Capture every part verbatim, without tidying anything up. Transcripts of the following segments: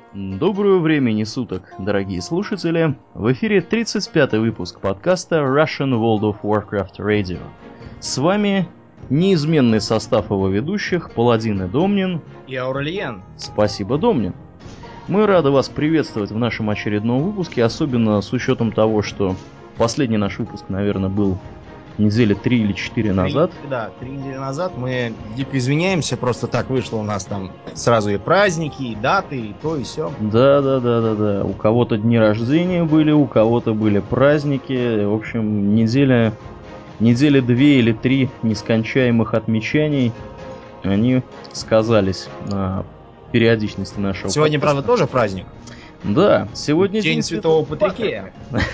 Доброго времени суток, дорогие слушатели! В эфире тридцать пятый выпуск подкаста Russian World of Warcraft Radio. С вами неизменный состав его ведущих Паладин и Домнин и Аурельен. Спасибо, Домнин. Мы рады вас приветствовать в нашем очередном выпуске, особенно с учетом того, что последний наш выпуск, наверное, был недели три или четыре назад. Три, да, три недели назад. Мы дико извиняемся, просто так вышло у нас там сразу и праздники, и даты, и то, и все. Да, да, да, да, да. У кого-то дни рождения были, у кого-то были праздники. В общем, неделя, недели две или три нескончаемых отмечаний, они сказались на периодичности нашего Сегодня, подкаста. правда, тоже праздник. Да, сегодня День, день Святого Патрикея.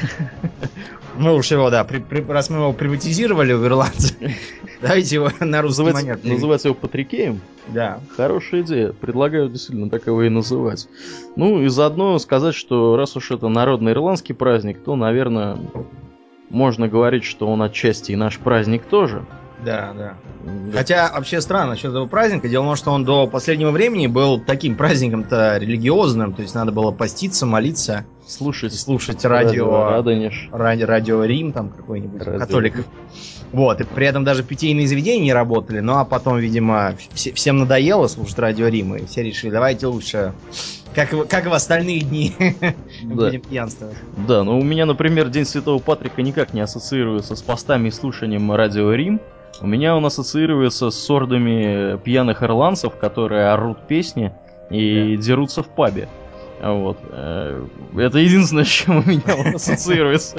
Мы уж его, да, при, при, раз мы его приватизировали у ирландцев, давайте его на русский манер. Называть его Патрикеем? Да. Хорошая идея. Предлагаю действительно так его и называть. Ну и заодно сказать, что раз уж это народный ирландский праздник, то, наверное, можно говорить, что он отчасти и наш праздник тоже. Да, да. Хотя вообще странно насчет этого праздника. Дело в том, что он до последнего времени был таким праздником-то религиозным. То есть надо было поститься, молиться. Слушать, слушать радио, радио, радио, радио Рим там какой-нибудь, радио. Католиков. Вот, и при этом даже питейные заведения не работали. Ну а потом, видимо, вс- всем надоело слушать радио Рим. И все решили, давайте лучше, как, как в остальные дни, будем пьянствовать. Да, но у меня, например, День Святого Патрика никак не ассоциируется с постами и слушанием радио Рим. У меня он ассоциируется с ордами пьяных ирландцев, которые орут песни и да. дерутся в пабе. Вот. Это единственное, с чем у меня он ассоциируется.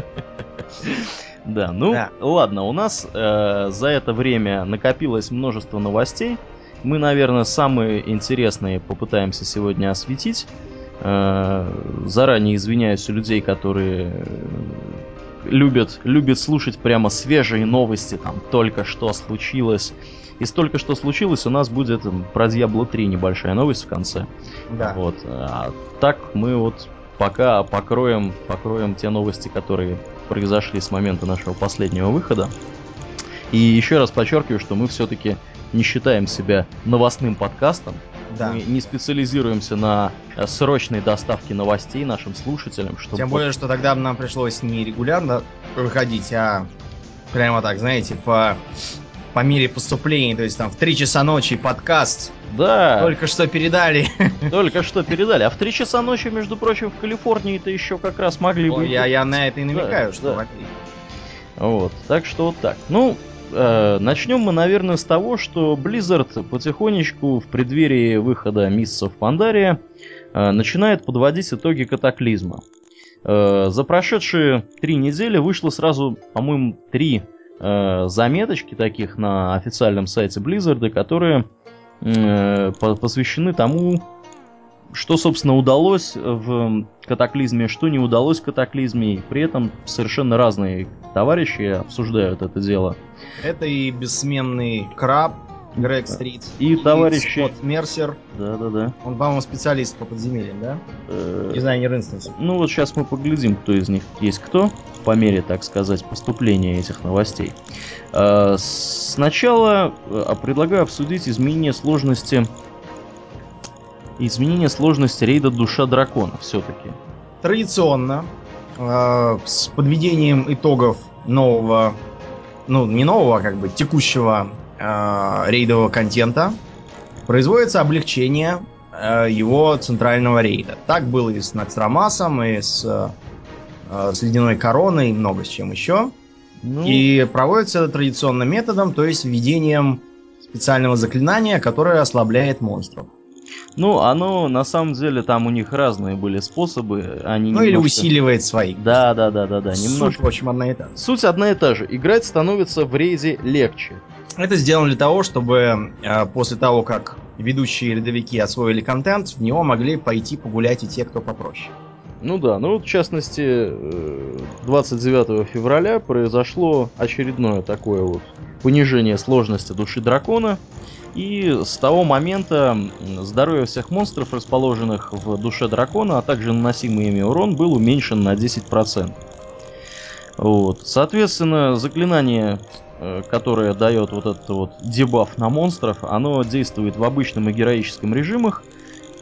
Да, ну да. Ладно, у нас э, за это время накопилось множество новостей. Мы, наверное, самые интересные попытаемся сегодня осветить. Э, заранее извиняюсь у людей, которые любят, любят слушать прямо свежие новости, там только что случилось. Из только что случилось у нас будет про Diablo три небольшая новость в конце. Да. Вот. А так мы вот пока покроем, покроем те новости, которые произошли с момента нашего последнего выхода. И еще раз подчеркиваю, что мы все-таки не считаем себя новостным подкастом. Да. Мы не специализируемся на срочной доставке новостей нашим слушателям. Чтобы... Тем более, что тогда нам пришлось не регулярно выходить, а прямо так, знаете, по... по мере поступления, то есть там в три часа ночи подкаст. Да. Только что передали. Только что передали. А в три часа ночи, между прочим, в Калифорнии-то еще как раз могли бы... Я, я на это и намекаю, да, что да. могли. Вот. Так что вот так. Ну, э, начнем мы, наверное, с того, что Blizzard потихонечку в преддверии выхода Mists of Pandaria э, начинает подводить итоги катаклизма. Э, за прошедшие три недели вышло сразу, по-моему, три э, заметочки таких на официальном сайте Blizzard, которые посвящены тому, что, собственно, удалось в катаклизме, что не удалось в катаклизме. И при этом совершенно разные товарищи обсуждают это дело. Это и бессменный Краб, Грег Стрит, и, и товарищи Скотт Мерсер. Да-да-да. Он, по-моему, специалист по подземельям, да? Дизайнер инстансов. Ну вот сейчас мы поглядим, кто из них есть кто, по мере, так сказать, поступления этих новостей. Сначала предлагаю обсудить изменение сложности изменение сложности рейда Душа Дракона все-таки. Традиционно, с подведением итогов нового, ну не нового, а как бы текущего рейдового контента, производится облегчение его центрального рейда. Так было и с Накстрамасом, и с, с Ледяной Короной, и много с чем еще. Ну... И проводится это традиционным методом, то есть введением специального заклинания, которое ослабляет монстров. Ну, оно на самом деле там у них разные были способы. Они ну немножко... или усиливает свои. Да, да, да, да, да. Немножко... Суть, в общем, одна и та же. Суть одна и та же. Играть становится в рейде легче. Это сделано для того, чтобы э, после того, как ведущие рядовики освоили контент, в него могли пойти погулять и те, кто попроще. Ну да, ну вот в частности двадцать девятого февраля произошло очередное такое вот понижение сложности Души Дракона. И с того момента здоровье всех монстров, расположенных в Душе Дракона, а также наносимый ими урон, был уменьшен на десять процентов. Вот. Соответственно, заклинание, которое дает вот этот вот дебаф на монстров, оно действует в обычном и героическом режимах.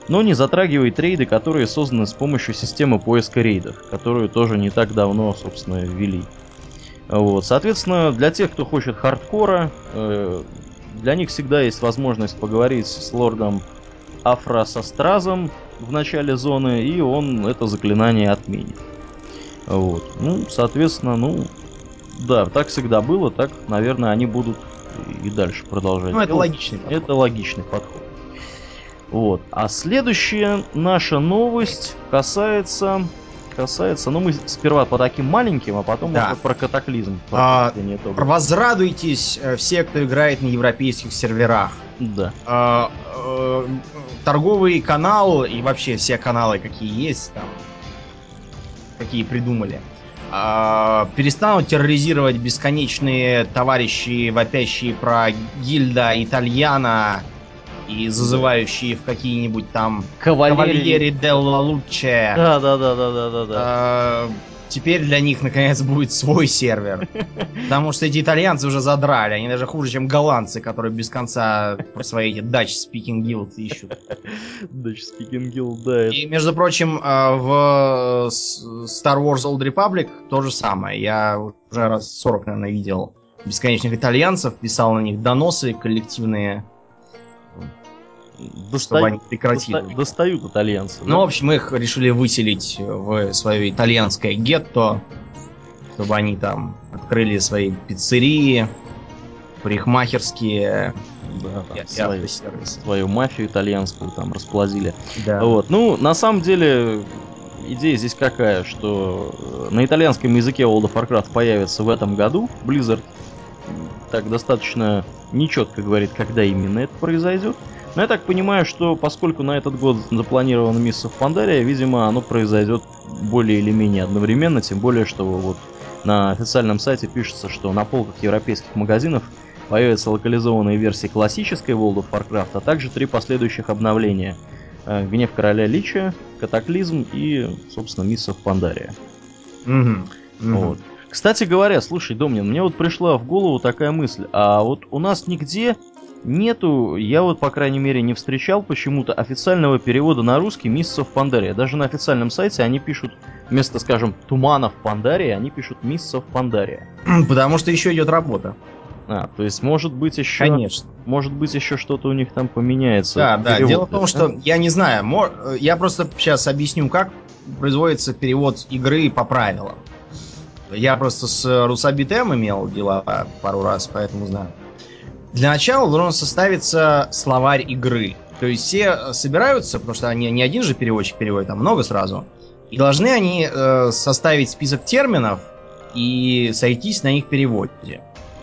но не затрагивает рейды, которые созданы с помощью системы поиска рейдов, которую тоже не так давно, собственно, ввели. Вот. Соответственно, для тех, кто хочет хардкора, э, для них всегда есть возможность поговорить с лордом Афрасостразом в начале зоны, и он это заклинание отменит. Вот. Ну, соответственно, ну, да, так всегда было, так, наверное, они будут и дальше продолжать. Ну, это логичный подход. Это логичный подход. Вот. А следующая наша новость касается... Касается, ну мы сперва по таким маленьким, а потом Да. уже про катаклизм. Про А, возрадуйтесь все, кто играет на европейских серверах. Да. А, а, торговый канал и вообще все каналы, какие есть там, какие придумали, а, перестанут терроризировать бесконечные товарищи, вопящие про гильда Итальяна и зазывающие в какие-нибудь там Кавальери делла Лучче. Да, да, да, да, да, да, да. А, теперь для них наконец будет свой сервер. Потому что эти итальянцы уже задрали. Они даже хуже, чем голландцы, которые без конца про свои эти Dutch Speaking Guild ищут. Dutch Speaking Guild, да. И, между прочим, в Star Wars Old Republic то же самое. Я уже раз сорок, наверное, видел бесконечных итальянцев, писал на них доносы коллективные. Достаю, чтобы они прекратили. Доста, достают итальянцы. Ну, да? В общем, их решили выселить в свое итальянское гетто, чтобы они там открыли свои пиццерии, парикмахерские, да, там, и, свою, свою мафию итальянскую там расплодили. Да. Вот. Ну, на самом деле, идея здесь какая, что на итальянском языке World of Warcraft появится в этом году. Blizzard так достаточно нечетко говорит, когда именно это произойдет. Но я так понимаю, что поскольку на этот год запланировано Mists of Pandaria, видимо, оно произойдет более или менее одновременно, тем более, что вот на официальном сайте пишется, что на полках европейских магазинов появятся локализованные версии классической World of Warcraft, а также три последующих обновления. Гнев Короля Лича, Катаклизм и, собственно, Mists of Pandaria. Mm-hmm. Mm-hmm. Вот. Кстати говоря, слушай, Домнин, мне вот пришла в голову такая мысль, а вот у нас нигде нету, я вот, по крайней мере, не встречал почему-то официального перевода на русский Mists of Pandaria. Даже на официальном сайте они пишут, вместо, скажем, Туманов Пандария, они пишут Mists of Pandaria. Потому что еще идет работа. А, то есть, может быть, еще... Конечно. Может быть, еще что-то у них там поменяется. Да, да. Перевод, Дело в том, да? что, я не знаю, я просто сейчас объясню, как производится перевод игры по правилам. Я просто с Русабитем имел дела пару раз, поэтому знаю. Для начала должен составиться словарь игры. То есть все собираются, потому что они не один же переводчик переводит, а много сразу. И должны они э, составить список терминов и сойтись на их переводе.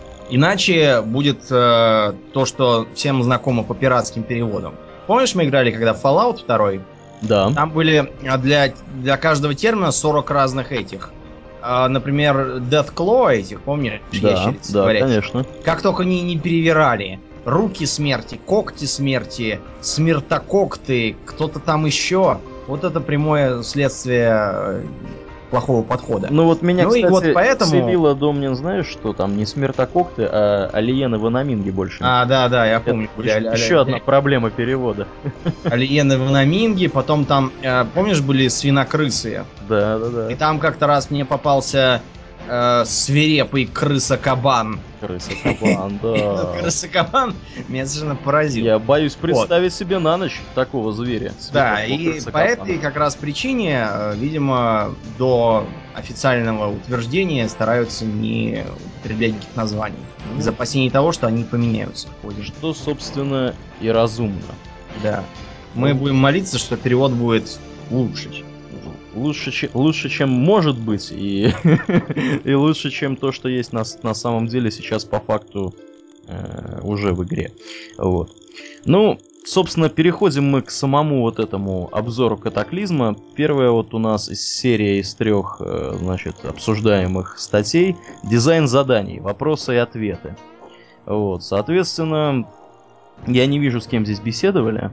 Иначе будет э, то, что всем знакомо по пиратским переводам. Помнишь, мы играли когда в Fallout два? Да. Там были для, для каждого термина сорок разных этих. Например, Deathclaw этих, помнишь? Да, да, говорящих. Конечно. Как только они не перевирали. Руки смерти, когти смерти, смертококты, кто-то там еще. Вот это прямое следствие плохого подхода. Ну вот меня, ну, кстати, и вот поэтому... вселило, Домнин, знаешь, что там не смертококты, а алиены ванаминги больше. А, да, да, я помню. Это еще, а, еще а, одна проблема перевода. Алиены ванаминги, потом там, помнишь, были свинокрысы? Да, да, да. И там как-то раз мне попался э, свирепый крыса-кабан. Крыса-кабан, да. Крыса-кабан меня совершенно поразил. Я боюсь представить вот. себе на ночь такого зверя. Да, и по этой как раз причине, видимо, до официального утверждения стараются не употреблять никаких названий. Ну, из опасений того, что они поменяются в ходе. Что, собственно, и разумно. Да. Мы ну, будем молиться, что перевод будет лучше. Лучше, лучше, чем может быть, и, и лучше, чем то, что есть на, на самом деле сейчас по факту э, уже в игре. Вот. Ну, собственно, переходим мы к самому вот этому обзору Катаклизма. Первая вот у нас из серии из трех, э, значит, обсуждаемых статей. Дизайн заданий, вопросы и ответы. Вот, соответственно, я не вижу, с кем здесь беседовали.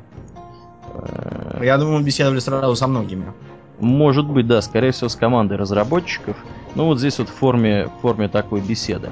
Я думаю, мы беседовали сразу со многими. Может быть, да, скорее всего, с командой разработчиков. Ну, вот здесь вот в форме, в форме такой беседы.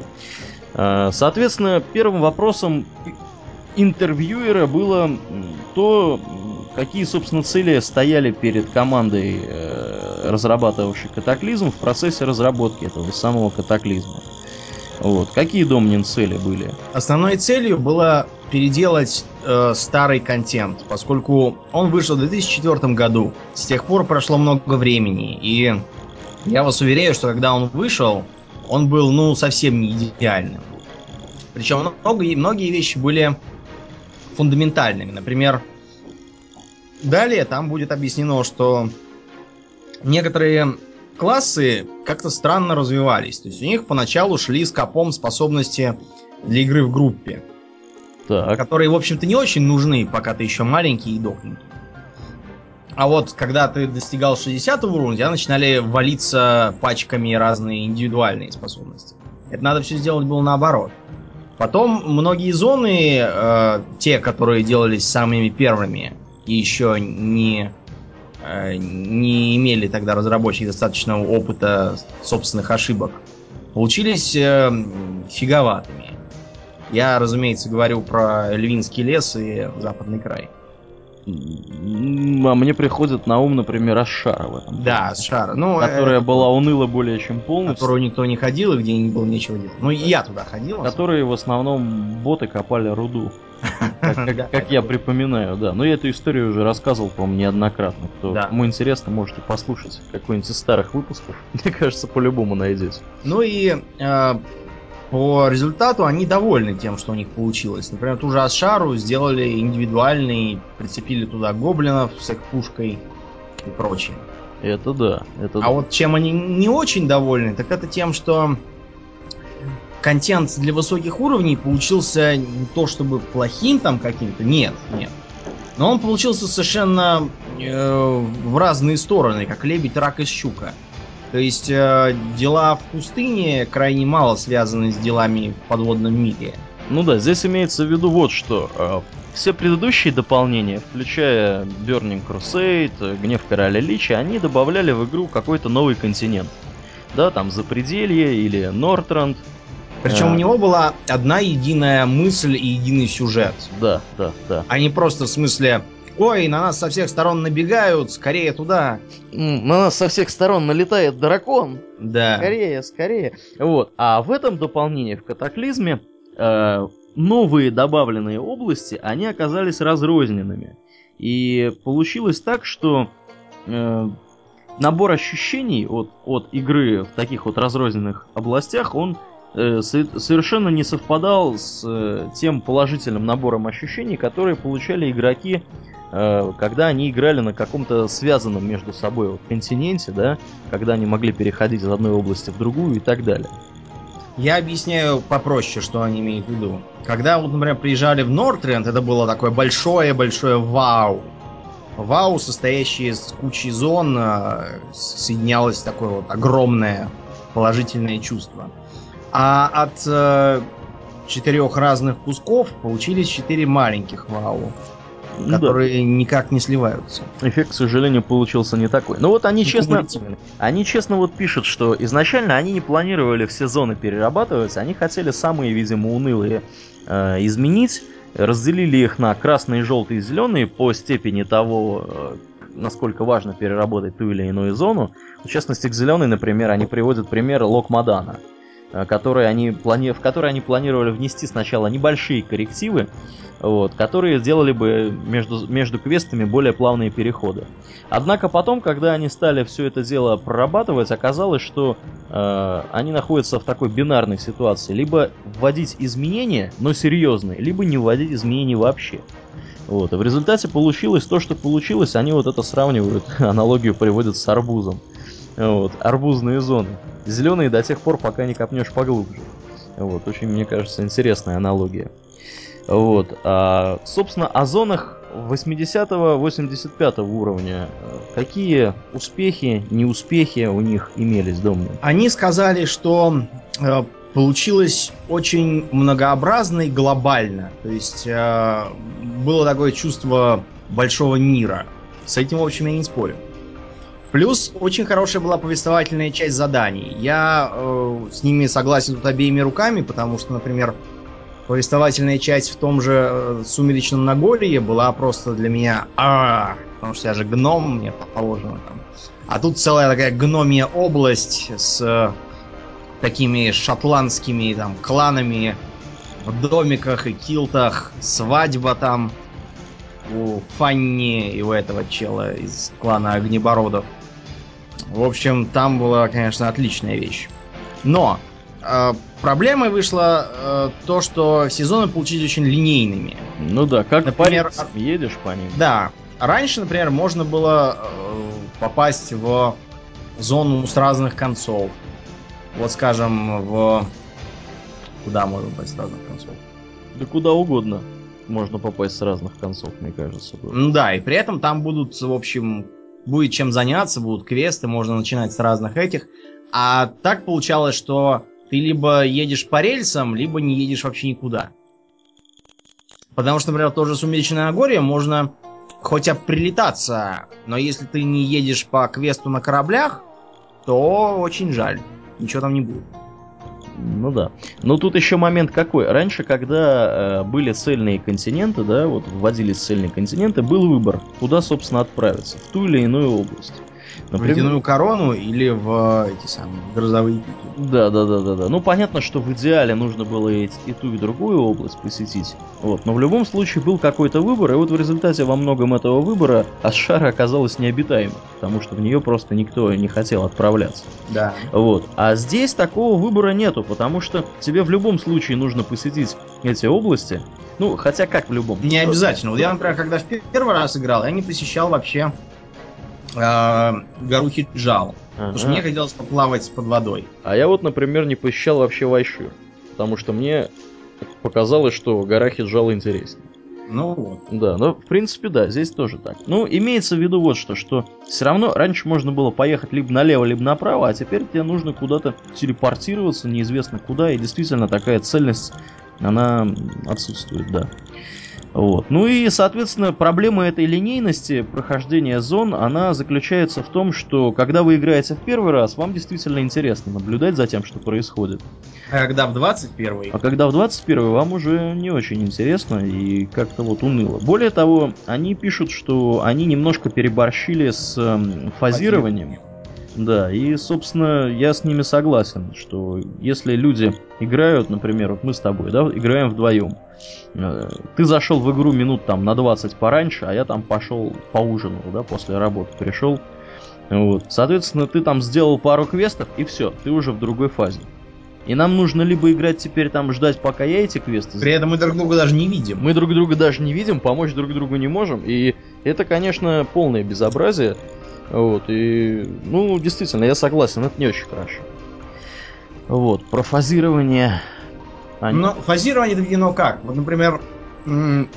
Соответственно, первым вопросом интервьюера было то, какие, собственно, цели стояли перед командой, э, разрабатывавшей Катаклизм в процессе разработки этого самого Катаклизма? Вот. Какие, Домнин, цели были? Основной целью было переделать э, старый контент, поскольку он вышел в две тысячи четвёртом году. С тех пор прошло много времени, и я вас уверяю, что когда он вышел, он был, ну, совсем не идеальным. Причем многие, многие вещи были фундаментальными. Например, далее там будет объяснено, что некоторые классы как-то странно развивались. То есть у них поначалу шли скопом способности для игры в группе. Так. Которые, в общем-то, не очень нужны, пока ты еще маленький и дохненький. А вот когда ты достигал шестидесятого уровня, у тебя начинали валиться пачками разные индивидуальные способности. Это надо все сделать было наоборот. Потом многие зоны, э, те, которые делались самыми первыми и еще не, э, не имели тогда разработчики достаточного опыта собственных ошибок, получились э, фиговатыми. Я, разумеется, говорю про Львинский лес и Западный край. А мне приходит на ум, например, Ашара в этом. Да, Ашара. Ну, которая это... была уныла более чем полностью. Которую никто не ходил и где не было нечего делать. Ну, и я туда ходил. Которые в основном боты копали руду. Как я припоминаю, да. Но я эту историю уже рассказывал, по-моему, неоднократно. Кому интересно, можете послушать какой-нибудь из старых выпусков. Мне кажется, по-любому найдете. Ну и по результату они довольны тем, что у них получилось. Например, ту же Ашару сделали индивидуальный, прицепили туда гоблинов с их пушкой и прочее. Это да, это а да. вот чем они не очень довольны, так это тем, что контент для высоких уровней получился не то чтобы плохим там каким-то, нет, нет. Но он получился совершенно э, в разные стороны, как лебедь, рак и щука. То есть э, дела в пустыне крайне мало связаны с делами в подводном мире. Ну да, здесь имеется в виду вот что. Э, все предыдущие дополнения, включая Burning Crusade, Гнев Короля Лича, они добавляли в игру какой-то новый континент. Да, там Запределье или Нортранд. Причем а... у него была одна единая мысль и единый сюжет. Да, да, да. А не просто в смысле: ой, на нас со всех сторон набегают, скорее туда. На нас со всех сторон налетает дракон. Да. Скорее, скорее. Вот. А в этом дополнении, в Катаклизме, э, новые добавленные области, они оказались разрозненными. И получилось так, что э, набор ощущений от, от игры в таких вот разрозненных областях, он э, со- совершенно не совпадал с э, тем положительным набором ощущений, которые получали игроки, когда они играли на каком-то связанном между собой вот континенте, да, когда они могли переходить из одной области в другую и так далее. Я объясняю попроще, что они имеют в виду. Когда, вот, например, приезжали в Нортренд, это было такое большое-большое вау. Вау, состоящее из кучи зон, соединялось такое вот огромное положительное чувство. А от э, четырех разных кусков получились четыре маленьких вау, которые да. никак не сливаются. Эффект, к сожалению, получился не такой. Но вот они не честно, они честно вот пишут, что изначально они не планировали все зоны перерабатывать, они хотели самые, видимо, унылые э, изменить, разделили их на красные, желтые и зеленые по степени того, э, насколько важно переработать ту или иную зону. В частности, к зеленой, например, они приводят пример Лок-Мадана, которые они плани... в которые они планировали внести сначала небольшие коррективы, вот, которые сделали бы между, между квестами более плавные переходы. Однако потом, когда они стали все это дело прорабатывать, оказалось, что э, они находятся в такой бинарной ситуации. Либо вводить изменения, но серьезные, либо не вводить изменений вообще. Вот, и в результате получилось то, что получилось. Они вот это сравнивают, аналогию приводят с арбузом. Вот, арбузные зоны. Зеленые до тех пор, пока не копнешь поглубже. Вот, очень, мне кажется, интересная аналогия. Вот, а, собственно, о зонах восьмидесятого-восемьдесят пятого уровня. Какие успехи, неуспехи у них имелись, Домнин? Они сказали, что э, получилось очень многообразно и глобально. То есть э, было такое чувство большого мира. С этим, в общем, я не спорю. Плюс очень хорошая была повествовательная часть заданий. Я э, с ними согласен тут обеими руками, потому что, например, повествовательная часть в том же э, Сумеречном Нагорье была просто для меня а потому что я же гном, мне положено там. А тут целая такая гномья область с э, такими шотландскими там кланами в домиках и килтах, свадьба там у Фанни и у этого чела из клана Огнебородов. В общем, там была, конечно, отличная вещь. Но э, проблемой вышло э, то, что сезоны получились очень линейными. Ну да, как Например, по рельсам едешь по ним. Да. Раньше, например, можно было э, попасть в зону с разных концов. Вот, скажем, в... Куда можно попасть с разных концов? Да куда угодно можно попасть с разных концов, мне кажется. Было. Ну да, и при этом там будут, в общем, будет чем заняться, будут квесты, можно начинать с разных этих. А так получалось, что ты либо едешь по рельсам, либо не едешь вообще никуда. Потому что, например, тоже Сумеречное Нагорье можно хоть оприлетаться, но если ты не едешь по квесту на кораблях, то очень жаль. Ничего там не будет. Ну да. Но тут еще момент какой. Раньше, когда э, были цельные континенты, да, вот вводились цельные континенты, был выбор, куда, собственно, отправиться, в ту или иную область. Например... В Ледяную корону или в эти самые грозовые пики. Да, да, да, да, да. Ну, понятно, что в идеале нужно было и, и ту, и другую область посетить. Вот. Но в любом случае был какой-то выбор, и вот в результате во многом этого выбора Асшара оказалась необитаемой, потому что в нее просто никто не хотел отправляться. Да. Вот. А здесь такого выбора нету, потому что тебе в любом случае нужно посетить эти области. Ну, хотя как в любом? Не обязательно. Вот я, например, когда в первый раз играл, я не посещал вообще э, гору Хиджал. Ага. Потому что мне хотелось поплавать под водой. А я вот, например, не посещал вообще Вайшир. Потому что мне показалось, что гора Хиджал интереснее. Ну вот. Да, ну, в принципе, да, здесь тоже так. Ну, имеется в виду вот что, что все равно раньше можно было поехать либо налево, либо направо, а теперь тебе нужно куда-то телепортироваться, неизвестно куда, и действительно такая цельность, она отсутствует, да. Вот. Ну и, соответственно, проблема этой линейности прохождения зон, она заключается в том, что когда вы играете в первый раз, вам действительно интересно наблюдать за тем, что происходит. А когда в двадцать первый? А когда в двадцать первый вам уже не очень интересно и как-то вот уныло. Более того, они пишут, что они немножко переборщили с эм, фазированием. Да, и, собственно, я с ними согласен, что если люди играют, например, вот мы с тобой, да, играем вдвоем, ты зашел в игру минут там на двадцать пораньше, а я там пошел поужинал, да, после работы пришел, вот, соответственно, ты там сделал пару квестов, и все, ты уже в другой фазе. И нам нужно либо играть теперь там, ждать, пока я эти квесты... При этом мы друг друга даже не видим. Мы друг друга даже не видим, помочь друг другу не можем, и это, конечно, полное безобразие. Вот, и, ну, действительно, я согласен, это не очень хорошо. Вот, про фазирование... Они... Ну, фазирование доведено как? Вот, например, в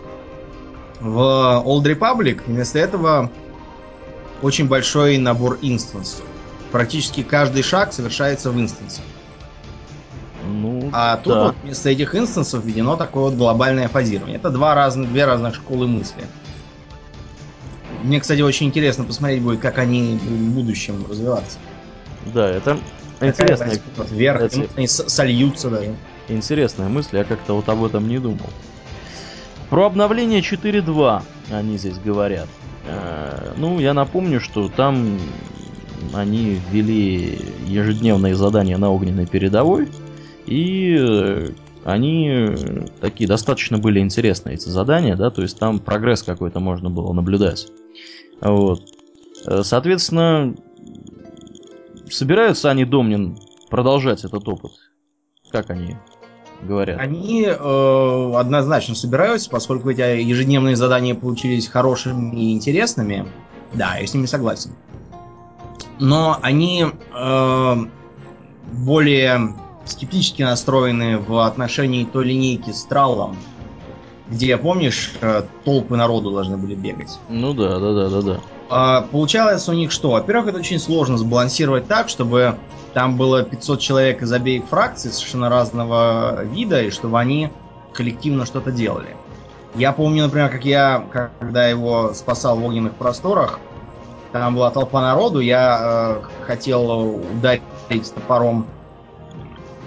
Old Republic вместо этого очень большой набор инстансов. Практически каждый шаг совершается в инстансе. Ну, а тут да. вот вместо этих инстансов введено такое вот глобальное фазирование. Это два разных, две разных школы мысли. Мне, кстати, очень интересно посмотреть будет, как они в будущем развиваться. Да, это интересно. Вот вверх, это... они сольются даже. Интересная мысль, я как-то вот об этом не думал. Про обновление четыре точка два они здесь говорят. Ну, я напомню, что там они ввели ежедневные задания на огненной передовой, и они такие достаточно были интересные, эти задания, да, то есть там прогресс какой-то можно было наблюдать. Вот. Соответственно, собираются они, Домнин, продолжать этот опыт? Как они говорят? Они э, однозначно собираются, поскольку эти ежедневные задания получились хорошими и интересными. Да, я с ними согласен. Но они э, более скептически настроены в отношении той линейки с Траулом, где, помнишь, толпы народу должны были бегать. Ну да, да, да, да, да. А, получалось у них что? Во-первых, это очень сложно сбалансировать так, чтобы там было пятьсот человек из обеих фракций совершенно разного вида, и чтобы они коллективно что-то делали. Я помню, например, как я, когда его спасал в огненных просторах, там была толпа народу, я э, хотел ударить топором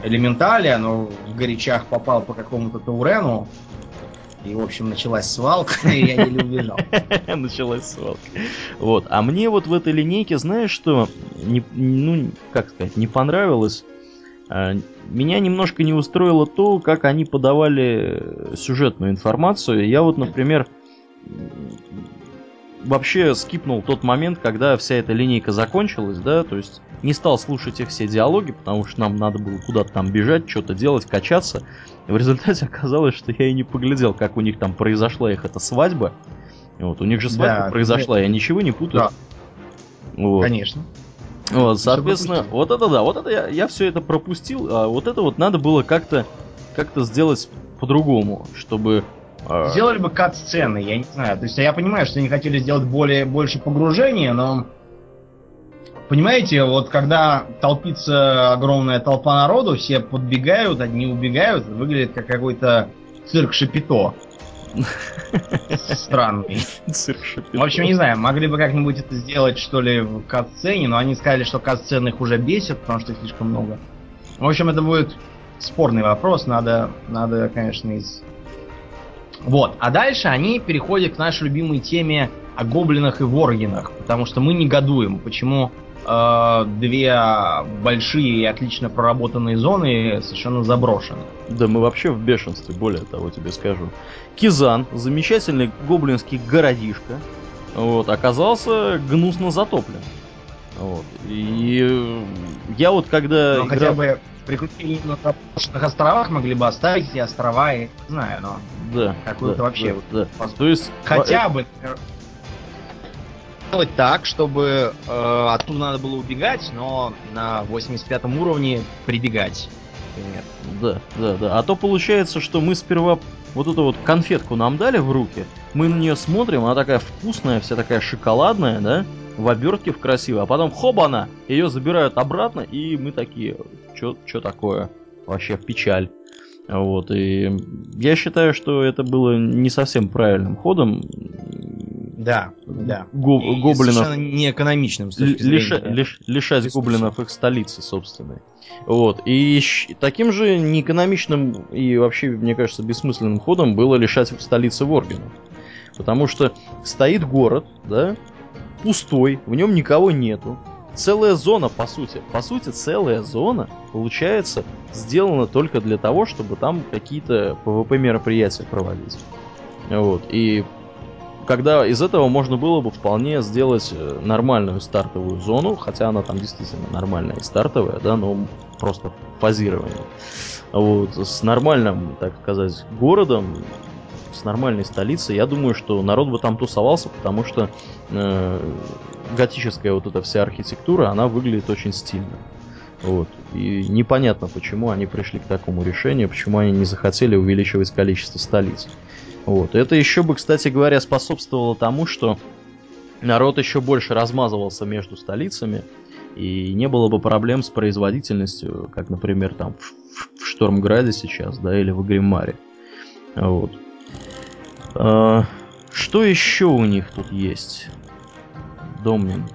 элементалия, но в горячах попал по какому-то Таурену. И, в общем, началась свалка, и я еле убежал. Началась свалка. Вот. А мне вот в этой линейке, знаешь, что, не, ну, как сказать, не понравилось? А, меня немножко не устроило то, как они подавали сюжетную информацию. Я вот, например, вообще скипнул тот момент, когда вся эта линейка закончилась, да, то есть не стал слушать их все диалоги, потому что нам надо было куда-то там бежать, что-то делать, качаться. И в результате оказалось, что я и не поглядел, как у них там произошла их эта свадьба. Вот, у них же свадьба Да, произошла, да. я ничего не путаю. Да. Вот. Конечно. Вот, соответственно, вот это да, вот это я, я все это пропустил, а вот это вот надо было как-то как-то сделать по-другому, чтобы... Сделали бы кат-сцены, я не знаю. То есть я понимаю, что они хотели сделать более, больше погружения, но... Понимаете, вот когда толпится огромная толпа народу, все подбегают, одни убегают, выглядит как какой-то цирк Шапито. Странный. Цирк Шапито. В общем, не знаю, могли бы как-нибудь это сделать, что ли, в кат-сцене, но они сказали, что кат-сцены их уже бесят, потому что их слишком много. В общем, это будет спорный вопрос, надо, надо, конечно, из... Вот, а дальше они переходят к нашей любимой теме о гоблинах и воргинах, потому что мы негодуем, почему э, две большие и отлично проработанные зоны совершенно заброшены. Да мы вообще в бешенстве, более того тебе скажу. Кизан, замечательный гоблинский городишко, вот, оказался гнусно затоплен. Вот. И я вот когда... Но играл... хотя бы приключения на заброшенных островах могли бы оставить эти острова, я не знаю, но... Да, какую-то да, вообще... Да, да. То есть... Хотя бы... Делать так, чтобы э, оттуда надо было убегать, но на восемьдесят пятом уровне прибегать. Например. Да, да, да. А то получается, что мы сперва вот эту вот конфетку нам дали в руки, мы на нее смотрим, она такая вкусная, вся такая шоколадная, да, в обертке в красивой, а потом хоба-на, ее забирают обратно, и мы такие, что такое? Вообще печаль. Вот, и я считаю, что это было не совсем правильным ходом. Да, да. Го- и гоблинов совершенно неэкономичным с точки лиша- зрения. лиш- лишать гоблинов их столицы собственной. Вот. И щ- таким же неэкономичным и вообще, мне кажется, бессмысленным ходом было лишать столицы воргинов. Потому что стоит город, да, пустой, в нем никого нету. Целая зона, по сути. По сути, целая зона, получается, сделана только для того, чтобы там какие-то пэ вэ пэ мероприятия проводить. Вот. И когда из этого можно было бы вполне сделать нормальную стартовую зону, хотя она там действительно нормальная и стартовая, да, но просто фазирование. Вот, с нормальным, так сказать, городом, с нормальной столицей, я думаю, что народ бы там тусовался, потому что э, готическая вот эта вся архитектура, она выглядит очень стильно. Вот. И непонятно, почему они пришли к такому решению, почему они не захотели увеличивать количество столиц. Вот. Это еще бы, кстати говоря, способствовало тому, что народ еще больше размазывался между столицами, и не было бы проблем с производительностью, как, например, там в, в Штормграде сейчас, да, или в Агримаре. Вот. А, что еще у них тут есть? Домнин.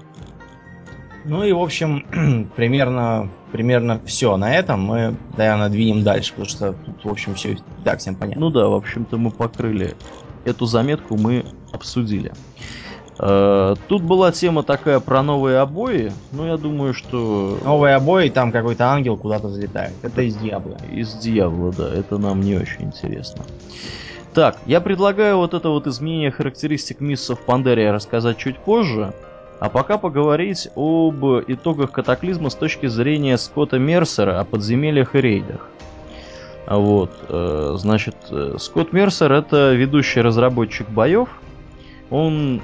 Ну и, в общем, примерно, примерно все на этом. Мы, наверное, двинем дальше, потому что тут, в общем, все так всем понятно. Ну да, в общем-то, мы покрыли. Эту заметку мы обсудили. Uh, тут была тема такая про новые обои, но я думаю, что... Новые обои, там какой-то ангел куда-то залетает. Это из Диабло. Из Диабло, да, это нам не очень интересно. Так, я предлагаю вот это вот изменение характеристик миссов Пандерия рассказать чуть позже, а пока поговорить об итогах катаклизма с точки зрения Скотта Мерсера о подземельях и рейдах. Вот, значит, Скотт Мерсер — это ведущий разработчик боев. Он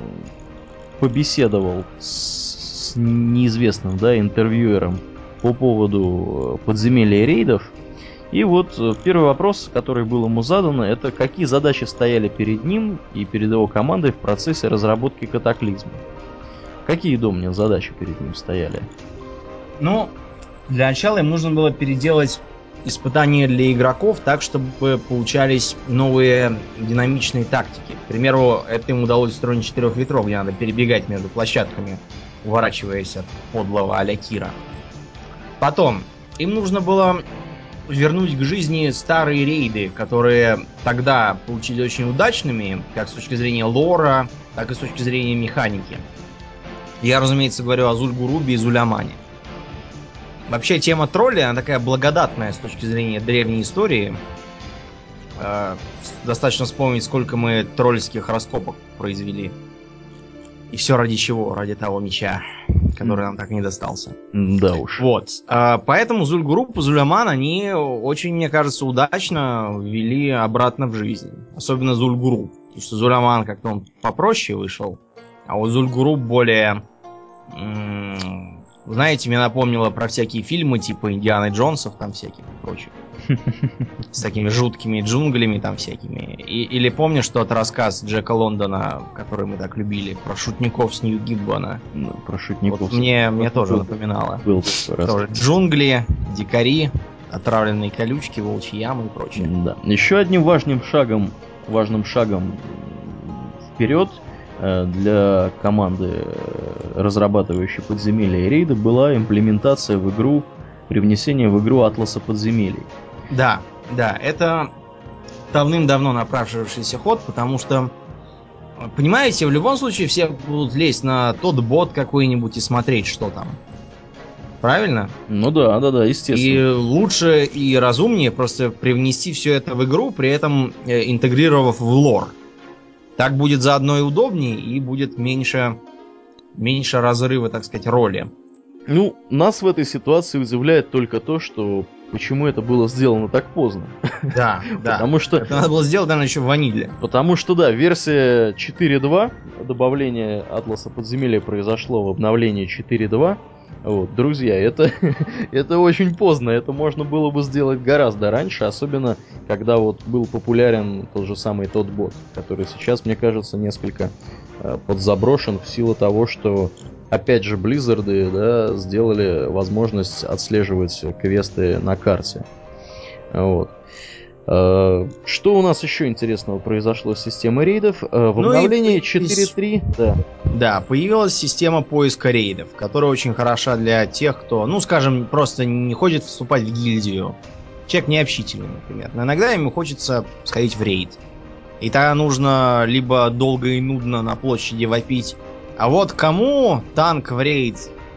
побеседовал с неизвестным, да, интервьюером по поводу подземелья и рейдов. И вот первый вопрос, который был ему задан, это какие задачи стояли перед ним и перед его командой в процессе разработки катаклизма. Какие, Домнин, задачи перед ним стояли? Ну, для начала им нужно было переделать испытания для игроков так, чтобы получались новые динамичные тактики. К примеру, это им удалось устроить четырех ветров, где надо перебегать между площадками, уворачиваясь от подлого а-ля Кира. Потом, им нужно было вернуть к жизни старые рейды, которые тогда получились очень удачными, как с точки зрения лора, так и с точки зрения механики. Я, разумеется, говорю о Зульгурубе и Зулямане. Вообще, тема тролля, она такая благодатная с точки зрения древней истории. Э, достаточно вспомнить, сколько мы тролльских раскопок произвели. И все ради чего? Ради того меча, который нам так и не достался. Да уж. Вот. А, поэтому Зульгуруп и Зуляман, они очень, мне кажется, удачно ввели обратно в жизнь. Особенно Зульгуруп. Потому что Зуляман как-то он попроще вышел. А вот Зульгуруп более... М- знаете, мне напомнило про всякие фильмы типа Индианы Джонсов, там всяких и прочих. С такими жуткими джунглями там всякими. И, или помнишь тот рассказ Джека Лондона, который мы так любили, про шутников с Нью-Гиббона? Ну, про шутников. Вот мне, мне был, тоже напоминало. Был такой Тоже джунгли, дикари, отравленные колючки, волчьи ямы и прочее. Да. Еще одним важным шагом, важным шагом вперед для команды, разрабатывающей подземелья и рейды, была имплементация в игру, привнесение в игру атласа подземелий. Да, да, это давным-давно напрашивавшийся ход, потому что, понимаете, в любом случае все будут лезть на тот бот какой-нибудь и смотреть, что там. Правильно? Ну да, да, да, естественно. И лучше и разумнее просто привнести все это в игру, при этом интегрировав в лор. Так будет заодно и удобнее, и будет меньше, меньше разрыва, так сказать, роли. Ну, нас в этой ситуации удивляет только то, что почему это было сделано так поздно. Да, да. Потому что... Это надо было сделать, наверное, еще в ваниле. Потому что, да, версия четыре два, добавление Атласа подземелья произошло в обновлении четыре два. Вот, друзья, это, это очень поздно, это можно было бы сделать гораздо раньше, особенно когда вот был популярен тот же самый тот бот, который сейчас, мне кажется, несколько э, подзаброшен в силу того, что, опять же, Близзарды, да, сделали возможность отслеживать квесты на карте. Вот. Что у нас еще интересного произошло с системой рейдов? В ну обновлении четыре три, да. Да, появилась система поиска рейдов, которая очень хороша для тех, кто, ну, скажем, просто не хочет вступать в гильдию. Человек необщительный, например. Но иногда ему хочется сходить в рейд. И тогда нужно либо долго и нудно на площади вопить, а вот кому танк в рейд,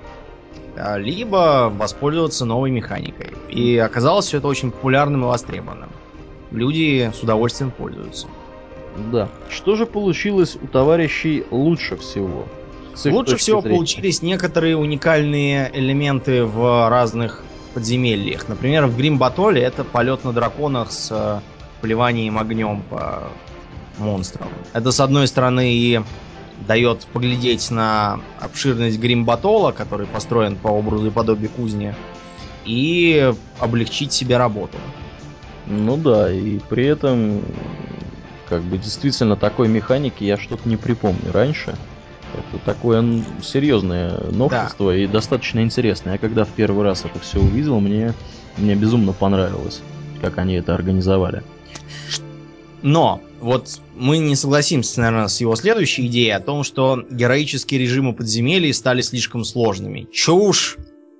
либо воспользоваться новой механикой. И оказалось все это очень популярным и востребованным. Люди с удовольствием пользуются. Да. Что же получилось у товарищей лучше всего? Лучше всего зрения? Получились некоторые уникальные элементы в разных подземельях. Например, в Грим Батоле это полет на драконах с поливанием огнем по монстрам. Это, с одной стороны, и дает поглядеть на обширность Грим Батола, который построен по образу и подобию кузни, и облегчить себе работу. Ну да, и при этом, как бы, действительно такой механики я что-то не припомню раньше. Это такое серьезное новшество, да, и достаточно интересное. Я когда в первый раз это все увидел, мне, мне безумно понравилось, как они это организовали. Но вот мы не согласимся, наверное, с его следующей идеей о том, что героические режимы подземелий стали слишком сложными. Чушь!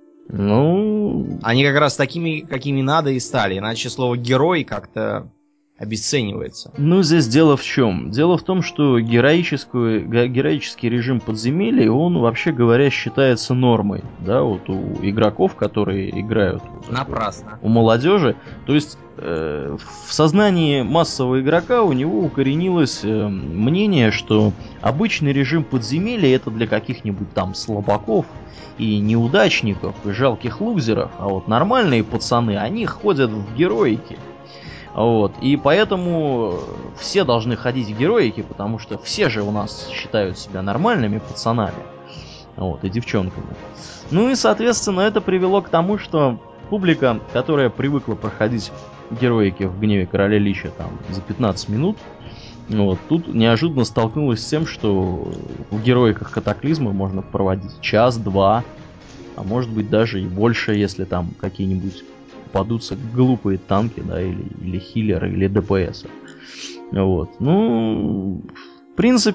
Ну... Они как раз такими, какими надо, и стали. Иначе слово «герой» как-то обесценивается. Ну, здесь дело в чем? Дело в том, что героическую, героический режим подземелья, он, вообще говоря, считается нормой. Да, вот у игроков, которые играют... Напрасно. У молодежи. То есть э, в сознании массового игрока у него укоренилось э, мнение, что обычный режим подземелья это для каких-нибудь там слабаков и неудачников, и жалких лузеров. А вот нормальные пацаны, они ходят в героике. Вот. И поэтому все должны ходить в героики, потому что все же у нас считают себя нормальными пацанами. Вот, и девчонками. Ну и, соответственно, это привело к тому, что публика, которая привыкла проходить героики в Гневе Короля Лича там за пятнадцать минут, вот, тут неожиданно столкнулась с тем, что в героиках Катаклизма можно проводить час-два, а может быть даже и больше, если там какие-нибудь попадутся глупые танки, да, или, или хиллеры, или ДПСы. Вот. Ну, в принципе,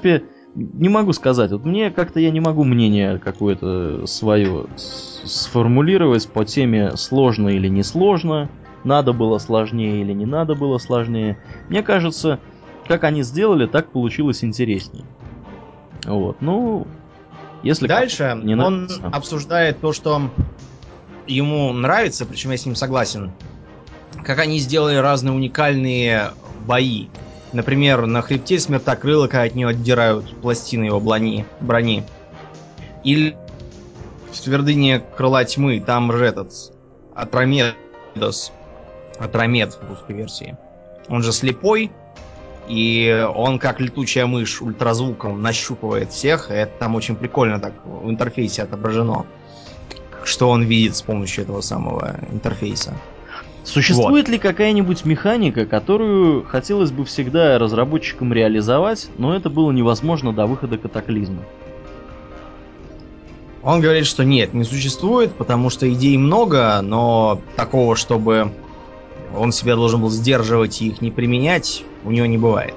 не могу сказать. Вот мне как-то я не могу мнение какое-то свое сформулировать по теме сложно или не сложно, надо было сложнее или не надо было сложнее. Мне кажется, как они сделали, так получилось интереснее. Вот, ну, если дальше не он нравится... обсуждает то, что ему нравится, причем я с ним согласен, как они сделали разные уникальные бои. Например, на хребте Смертокрыла, когда от нее отдирают пластины его брони. брони. Или в твердыне Крыла Тьмы, там же этот Атромедос. Атромед в русской версии. Он же слепой, и он как летучая мышь ультразвуком нащупывает всех. И это там очень прикольно так в интерфейсе отображено, что он видит с помощью этого самого интерфейса. Существует вот. ли какая-нибудь механика, которую хотелось бы всегда разработчикам реализовать, но это было невозможно до выхода Катаклизма? Он говорит, что нет, не существует, потому что идей много, но такого, чтобы он себя должен был сдерживать и их не применять, у него не бывает.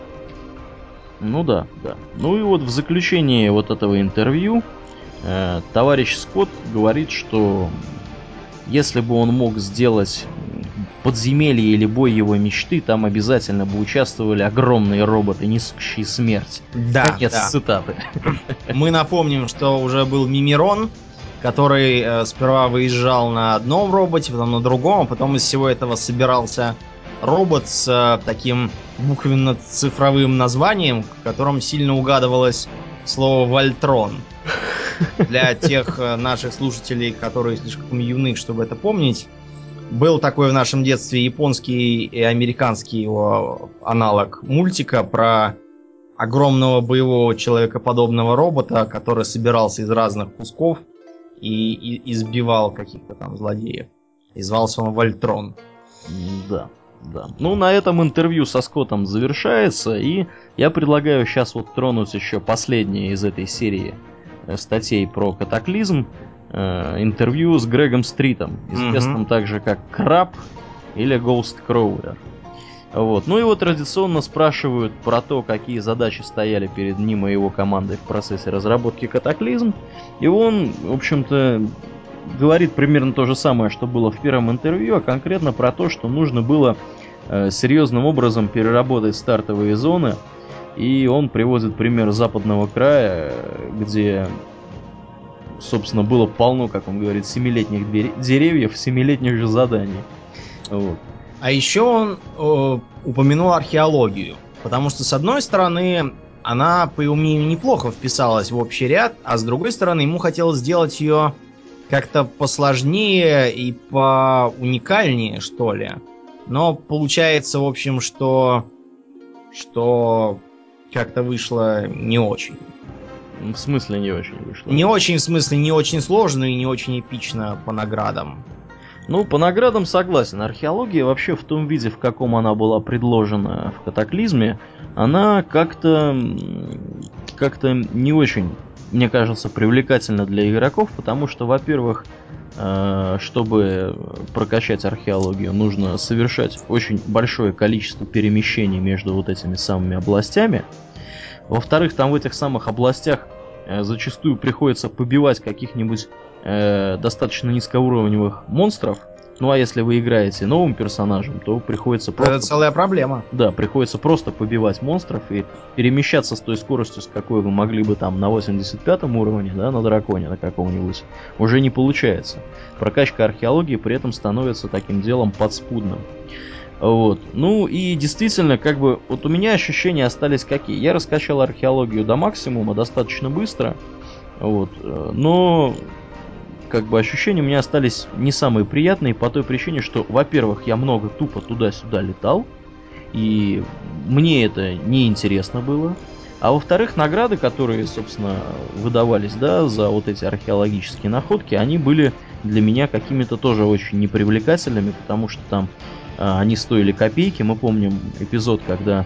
Ну да, да. Ну и вот в заключении вот этого интервью э, товарищ Скотт говорит, что если бы он мог сделать подземелье или бой его мечты, там обязательно бы участвовали огромные роботы, несущие смерть. Да, Конец да. цитаты. Мы напомним, что уже был Мимирон, который э, сперва выезжал на одном роботе, потом на другом, а потом из всего этого собирался робот с э, таким буквенно-цифровым названием, в котором сильно угадывалось слово «Вольтрон». Для тех э, наших слушателей, которые слишком юны, чтобы это помнить, был такой в нашем детстве японский и американский его аналог мультика про огромного боевого человекоподобного робота, который собирался из разных кусков и, и избивал каких-то там злодеев. И звался он Вольтрон. Да, да. Ну, на этом интервью со Скоттом завершается, и я предлагаю сейчас вот тронуть еще последнее из этой серии статей про Катаклизм. Интервью с Грегом Стритом, известным mm-hmm. также как Краб или Ghost Crawler. Вот. Ну и вот традиционно спрашивают про то, какие задачи стояли перед ним и его командой в процессе разработки Катаклизм. И он, в общем-то, говорит примерно то же самое, что было в первом интервью, а конкретно про то, что нужно было э, серьезным образом переработать стартовые зоны. И он приводит пример западного края, где, собственно, было полно, как он говорит, семилетних деревьев, семилетних же заданий. Вот. А еще он э, упомянул археологию, потому что, с одной стороны, она, по его мнению, неплохо вписалась в общий ряд, а с другой стороны, ему хотелось сделать ее как-то посложнее и поуникальнее, что ли. Но получается, в общем, что, что как-то вышло не очень. В смысле не очень вышло? Не очень, в смысле, не очень сложно и не очень эпично по наградам. Ну, по наградам согласен. Археология вообще в том виде, в каком она была предложена в Катаклизме, она как-то как-то не очень, мне кажется, привлекательна для игроков, потому что, во-первых, чтобы прокачать археологию, нужно совершать очень большое количество перемещений между вот этими самыми областями. Во-вторых, там в этих самых областях зачастую приходится побивать каких-нибудь э, достаточно низкоуровневых монстров. Ну а если вы играете новым персонажем, то приходится просто... Это целая проблема. Да, приходится просто побивать монстров и перемещаться с той скоростью, с какой вы могли бы там на восемьдесят пятом уровне, да, на драконе на каком-нибудь, уже не получается. Прокачка археологии при этом становится таким делом подспудным. Вот. Ну и действительно, как бы, вот у меня ощущения остались какие. Я раскачал археологию до максимума достаточно быстро, вот, но как бы ощущения у меня остались не самые приятные по той причине, что, во-первых, я много тупо туда-сюда летал, и мне это неинтересно было. А во-вторых, награды, которые, собственно, выдавались, да, за вот эти археологические находки, они были для меня какими-то тоже очень непривлекательными, потому что там а, они стоили копейки. Мы помним эпизод, когда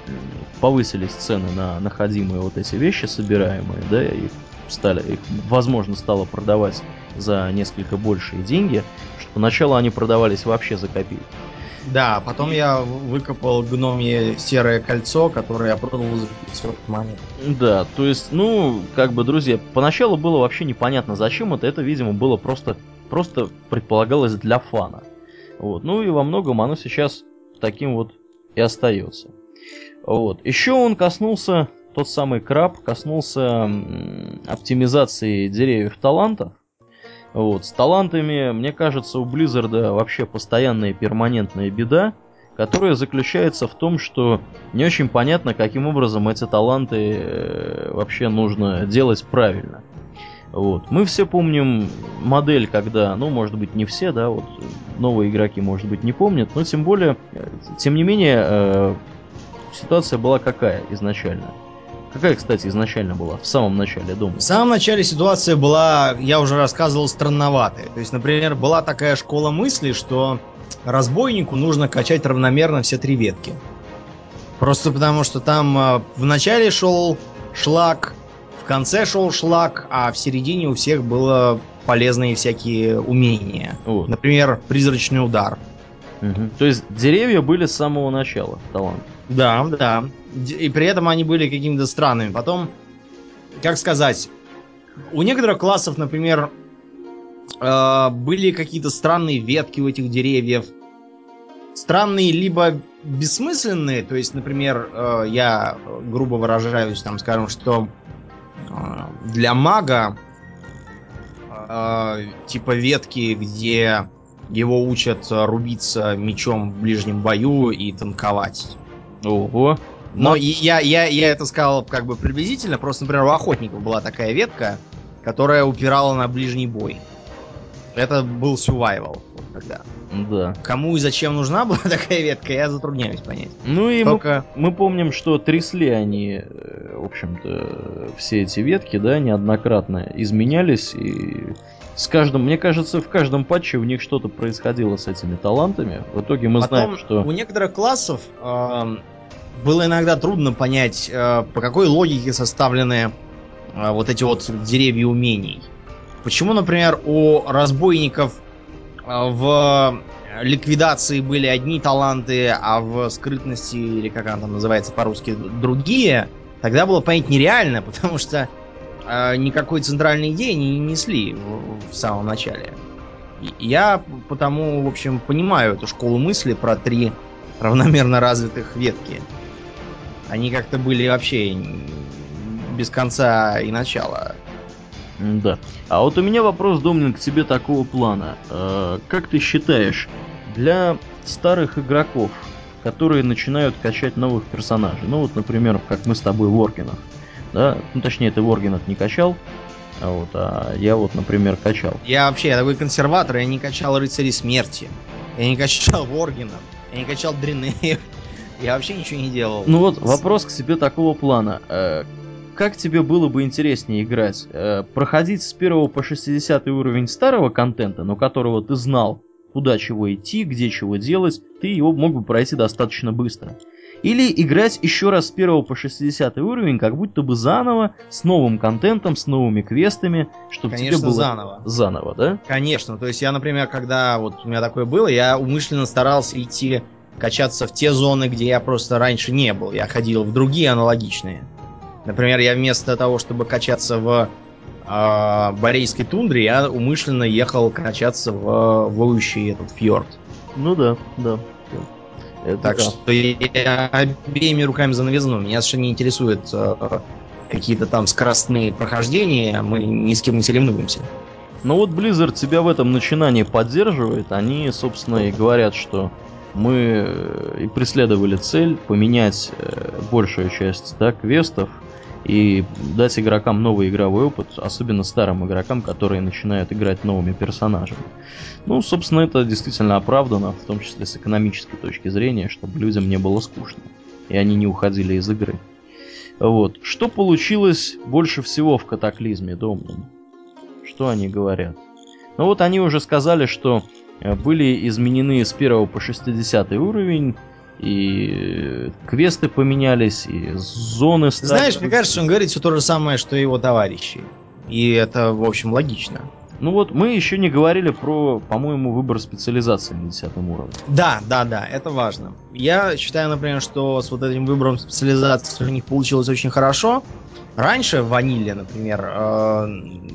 повысились цены на находимые вот эти вещи, собираемые, да, и стали, их, возможно, стало продавать за несколько большие деньги, что поначалу они продавались вообще за копейки. Да, потом я выкопал гномье серое кольцо, которое я продал за пятьсот монет. Да, то есть, ну, как бы, друзья, поначалу было вообще непонятно, зачем это. Это, видимо, было просто, просто предполагалось для фана. Вот. Ну и во многом оно сейчас таким вот и остается. Вот. Еще он коснулся, тот самый краб, коснулся м, оптимизации деревьев талантов. Вот. С талантами, мне кажется, у Blizzard вообще постоянная перманентная беда, которая заключается в том, что не очень понятно, каким образом эти таланты э, вообще нужно делать правильно. Вот. Мы все помним модель, когда, ну, может быть, не все, да, вот новые игроки, может быть, не помнят, но тем более, тем не менее, э, ситуация была какая изначально? Какая, кстати, изначально была? В самом начале, я думаю. В самом начале ситуация была, я уже рассказывал, странноватая. То есть, например, была такая школа мысли, что разбойнику нужно качать равномерно все три ветки. Просто потому, что там э, в начале шел шлак, в конце шел шлак, а в середине у всех было полезные всякие умения. Вот. Например, призрачный удар. Угу. То есть деревья были с самого начала талант. Да, да. И при этом они были какими-то странными. Потом, как сказать, у некоторых классов, например, э, были какие-то странные ветки у этих деревьев. Странные либо бессмысленные, то есть, например, э, я грубо выражаюсь, там, скажем, что э, для мага э, типа ветки, где его учат рубиться мечом в ближнем бою и танковать. Ого. Но Но... и я, я, я это сказал как бы приблизительно. Просто, например, у охотников была такая ветка, которая упирала на ближний бой. Это был survival тогда. Да. Кому и зачем нужна была такая ветка, я затрудняюсь понять. Ну и Только... мы, мы помним, что трясли они, в общем-то, все эти ветки, да, неоднократно изменялись. И с каждым, мне кажется, в каждом патче у них что-то происходило с этими талантами. В итоге мы Потом знаем, что... у некоторых классов э, было иногда трудно понять, э, по какой логике составлены э, вот эти вот деревья умений. Почему, например, у разбойников э, в ликвидации были одни таланты, а в скрытности, или как она там называется по-русски, другие, тогда было понять нереально, потому что э, никакой центральной идеи они не несли в, в самом начале. И я потому, в общем, понимаю эту школу мысли про три равномерно развитых ветки. Они как-то были вообще без конца и начала. Да. А вот у меня вопрос, Домнин, к тебе такого плана. Э, как ты считаешь, для старых игроков, которые начинают качать новых персонажей, ну вот, например, как мы с тобой в Оргинах, да, ну точнее, ты в Оргинах не качал, а, вот, а я вот, например, качал. Я вообще я такой консерватор, я не качал рыцарей смерти, я не качал Воргинов, я не качал Дринеев, я вообще ничего не делал. Ну вот, вопрос к себе такого плана. Э, как тебе было бы интереснее играть? Э, проходить с первого по шестидесятый уровень старого контента, но которого ты знал, куда чего идти, где чего делать, ты его мог бы пройти достаточно быстро. Или играть еще раз с первого по шестидесятый уровень, как будто бы заново, с новым контентом, с новыми квестами, чтобы тебе было... заново. Заново, да? Конечно, то есть я, например, когда вот у меня такое было, я умышленно старался идти качаться в те зоны, где я просто раньше не был. Я ходил в другие аналогичные. Например, я вместо того, чтобы качаться в э, Борейской тундре, я умышленно ехал качаться в воющий этот фьорд. Ну да, да. Это так да. что я обеими руками за новизну. Меня совершенно не интересуют э, какие-то там скоростные прохождения. Мы ни с кем не соревнуемся. Но вот Blizzard тебя в этом начинании поддерживает. Они, собственно, и говорят, что мы и преследовали цель поменять большую часть, да, квестов и дать игрокам новый игровой опыт, особенно старым игрокам, которые начинают играть новыми персонажами. Ну, собственно, это действительно оправдано, в том числе с экономической точки зрения, чтобы людям не было скучно, и они не уходили из игры. Вот. Что получилось больше всего в Катаклизме, Домнин? Что они говорят? Ну вот они уже сказали, что были изменены с первого по шестидесятый уровень и квесты поменялись, и зоны стали... Знаешь, мне кажется, он говорит все то же самое, что и его товарищи. И это, в общем, логично. Ну вот, мы еще не говорили про, по-моему, выбор специализации на десятом уровне. Да, да, да, это важно. Я считаю, например, что с вот этим выбором специализации у них получилось очень хорошо. Раньше в ваниле, например, э,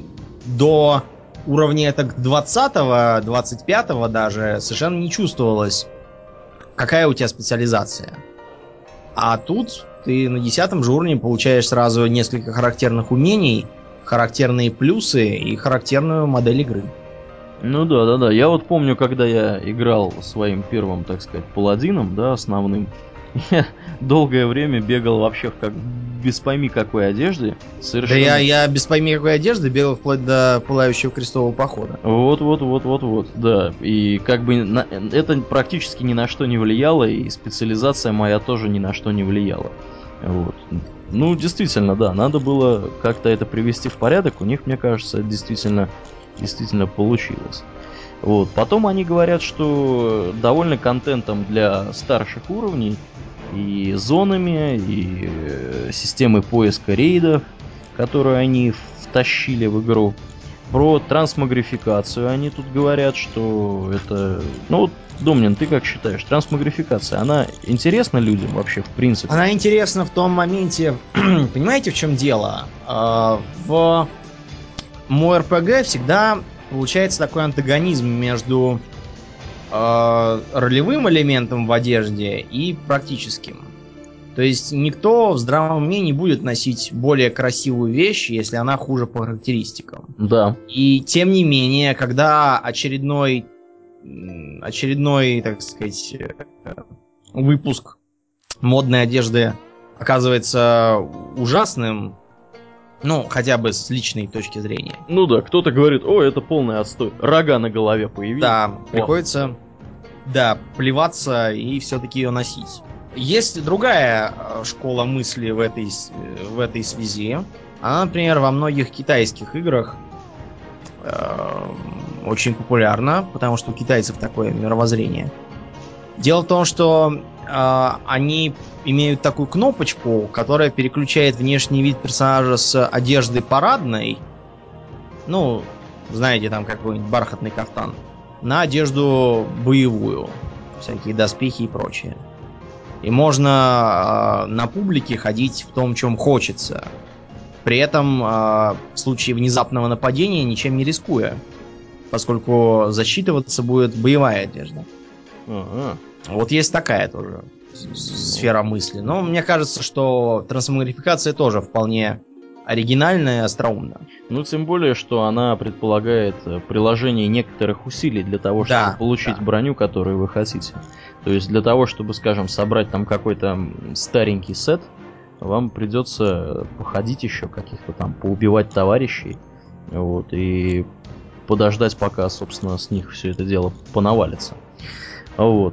до уровня так двадцатого, двадцать пятого даже совершенно не чувствовалось, какая у тебя специализация. А тут ты на десятом же уровне получаешь сразу несколько характерных умений, характерные плюсы и характерную модель игры. Ну да, да, да. Я вот помню, когда я играл своим первым, так сказать, паладином, да, основным, я долгое время бегал вообще в как без пойми какой одежде. Совершенно... Да я, я без пойми какой одежды бегал вплоть до пылающего крестового похода. Вот, вот, вот, вот, вот, да. И как бы на... это практически ни на что не влияло, и специализация моя тоже ни на что не влияла. Вот. Ну, действительно, да, надо было как-то это привести в порядок. У них, мне кажется, это действительно, действительно получилось. Вот. Потом они говорят, что довольны контентом для старших уровней, и зонами, и э, системой поиска рейдов, которую они втащили в игру. Про трансмогрификацию они тут говорят, что это... Ну вот, Домнин, ты как считаешь, трансмогрификация, она интересна людям вообще в принципе? Она интересна в том моменте... Понимаете, в чем дело? В МО-РПГ всегда получается такой антагонизм между ролевым элементом в одежде и практическим. То есть никто в здравом уме не будет носить более красивую вещь, если она хуже по характеристикам. Да. И тем не менее, когда очередной очередной, так сказать, выпуск модной одежды оказывается ужасным, ну, хотя бы с личной точки зрения. Ну да, кто-то говорит, о, это полный отстой. Рога на голове появились. Да, О. приходится, да, плеваться и все-таки ее носить. Есть другая школа мысли в этой, в этой связи. Она, например, во многих китайских играх э, очень популярна, потому что у китайцев такое мировоззрение. Дело в том, что э, они имеют такую кнопочку, которая переключает внешний вид персонажа с одежды парадной, ну, знаете, там какой-нибудь бархатный кафтан, на одежду боевую, всякие доспехи и прочее. И можно э, на публике ходить в том, чем хочется. При этом э, в случае внезапного нападения ничем не рискуя, поскольку засчитываться будет боевая одежда. Ага. Вот есть такая тоже сфера мысли. Но мне кажется, что трансмогрификация тоже вполне оригинальная и остроумная. Ну, тем более, что она предполагает приложение некоторых усилий для того, чтобы да, получить да. броню, которую вы хотите. То есть для того, чтобы, скажем, собрать там какой-то старенький сет, вам придется походить еще каких-то там, поубивать товарищей, вот, и подождать, пока, собственно, с них все это дело понавалится. Вот.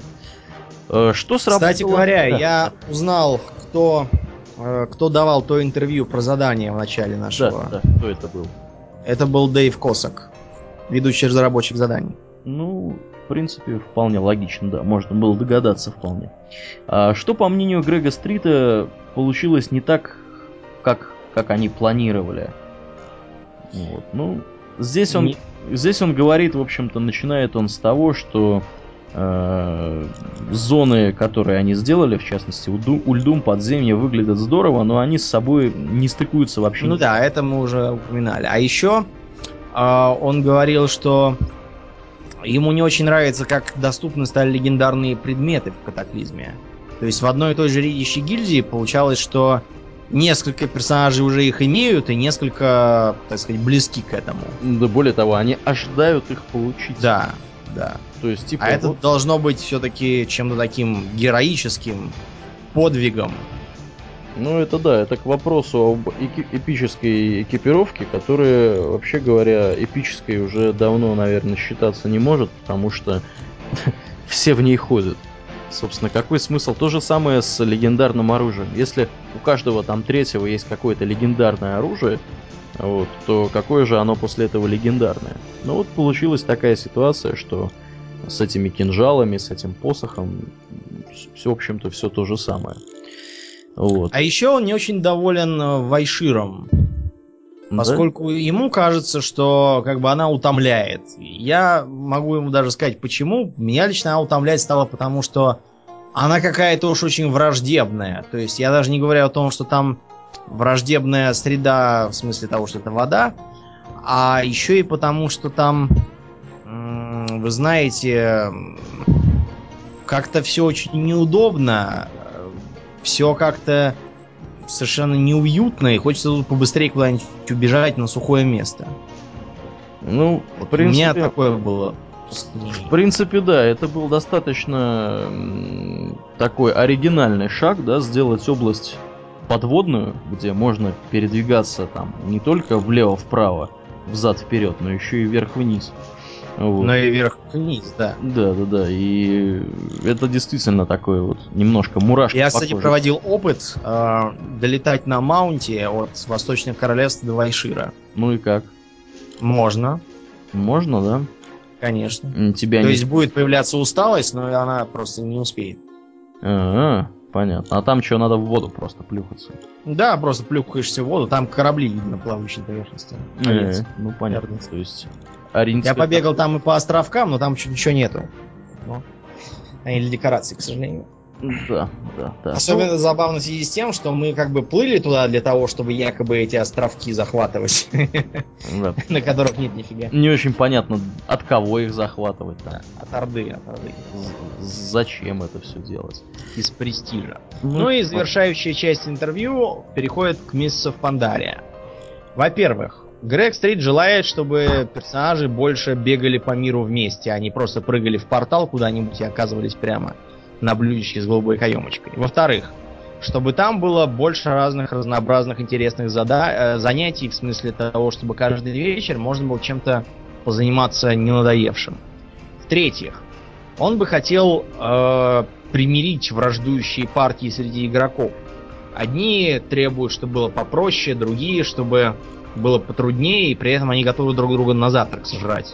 Что сработало? Кстати говоря, да. я узнал, кто, кто давал то интервью про задание в начале нашего. Да, да, кто это был? Это был Дэйв Косак, ведущий разработчик заданий. Ну, в принципе, вполне логично, да, можно было догадаться вполне. А что, по мнению Грега Стрита, получилось не так, как, как они планировали. Вот. Ну, здесь он, не... здесь он говорит, в общем-то, начинает он с того, что э, зоны, которые они сделали, в частности, Ульдум, подземье, выглядят здорово, но они с собой не стыкуются вообще. Ну да, это мы уже упоминали. А еще э, он говорил, что ему не очень нравится, как доступны стали легендарные предметы в Катаклизме. То есть в одной и той же рейдящей гильдии получалось, что несколько персонажей уже их имеют, и несколько, так сказать, близки к этому. Да более того, они ожидают их получить. Да, да. То есть, типа, а вот... это должно быть все-таки чем-то таким героическим подвигом. Ну, это да, это к вопросу об эки- эпической экипировке, которая, вообще говоря, эпической уже давно, наверное, считаться не может, потому что все в ней ходят. Собственно, какой смысл? То же самое с легендарным оружием. Если у каждого там третьего есть какое-то легендарное оружие, вот, то какое же оно после этого легендарное? Ну вот получилась такая ситуация, что с этими кинжалами, с этим посохом. Все, в общем-то, все то же самое. Вот. А еще он не очень доволен Вайширом. Поскольку да? ему кажется, что как бы она утомляет. Я могу ему даже сказать, почему. Меня лично она утомлять стала, потому что она какая-то уж очень враждебная. То есть я даже не говорю о том, что там враждебная среда в смысле того, что это вода, а еще и потому, что там, вы знаете, как-то все очень неудобно, все как-то совершенно неуютно, и хочется тут побыстрее куда-нибудь убежать на сухое место. Ну, вот в принципе, у меня такое было. В принципе, да, это был достаточно такой оригинальный шаг, да, сделать область подводную, где можно передвигаться там не только влево-вправо, взад-вперед, но еще и вверх-вниз. Вот. Но и вверх-вниз, да. Да, да, да. И это действительно такой вот немножко мурашки. Я, кстати, проводил опыт э, долетать на маунте от Восточных Королевств до Вайшира. Ну и как? Можно. Можно, да? Конечно. Тебя То не... есть будет появляться усталость, но она просто не успеет. А-а-а, понятно. А там что, надо в воду просто плюхаться? Да, просто плюхаешься в воду, там корабли видно плавающей поверхности. Э, ну понятно. Верно. То есть ориентир... Я побегал там и по островкам, но там ничего нету. Но... Они для декорации, к сожалению. Да, да, да. Особенно ну... забавно в связи с тем, что мы как бы плыли туда для того, чтобы якобы эти островки захватывать, да. на которых нет нифига. Не очень понятно, от кого их захватывать. Да. От Орды, от Орды. Зачем это все делать? Из престижа. Ну, ну и завершающая часть интервью переходит к миссис Пандария. Во-первых, Грег Стрит желает, чтобы персонажи больше бегали по миру вместе, а не просто прыгали в портал куда-нибудь и оказывались прямо на блюдечке с голубой каемочкой. Во-вторых, чтобы там было больше разных разнообразных интересных зада- занятий, в смысле того, чтобы каждый вечер можно было чем-то позаниматься не надоевшим. В-третьих, он бы хотел э, примирить враждующие партии среди игроков. Одни требуют, чтобы было попроще, другие, чтобы было потруднее, и при этом они готовы друг друга на завтрак сожрать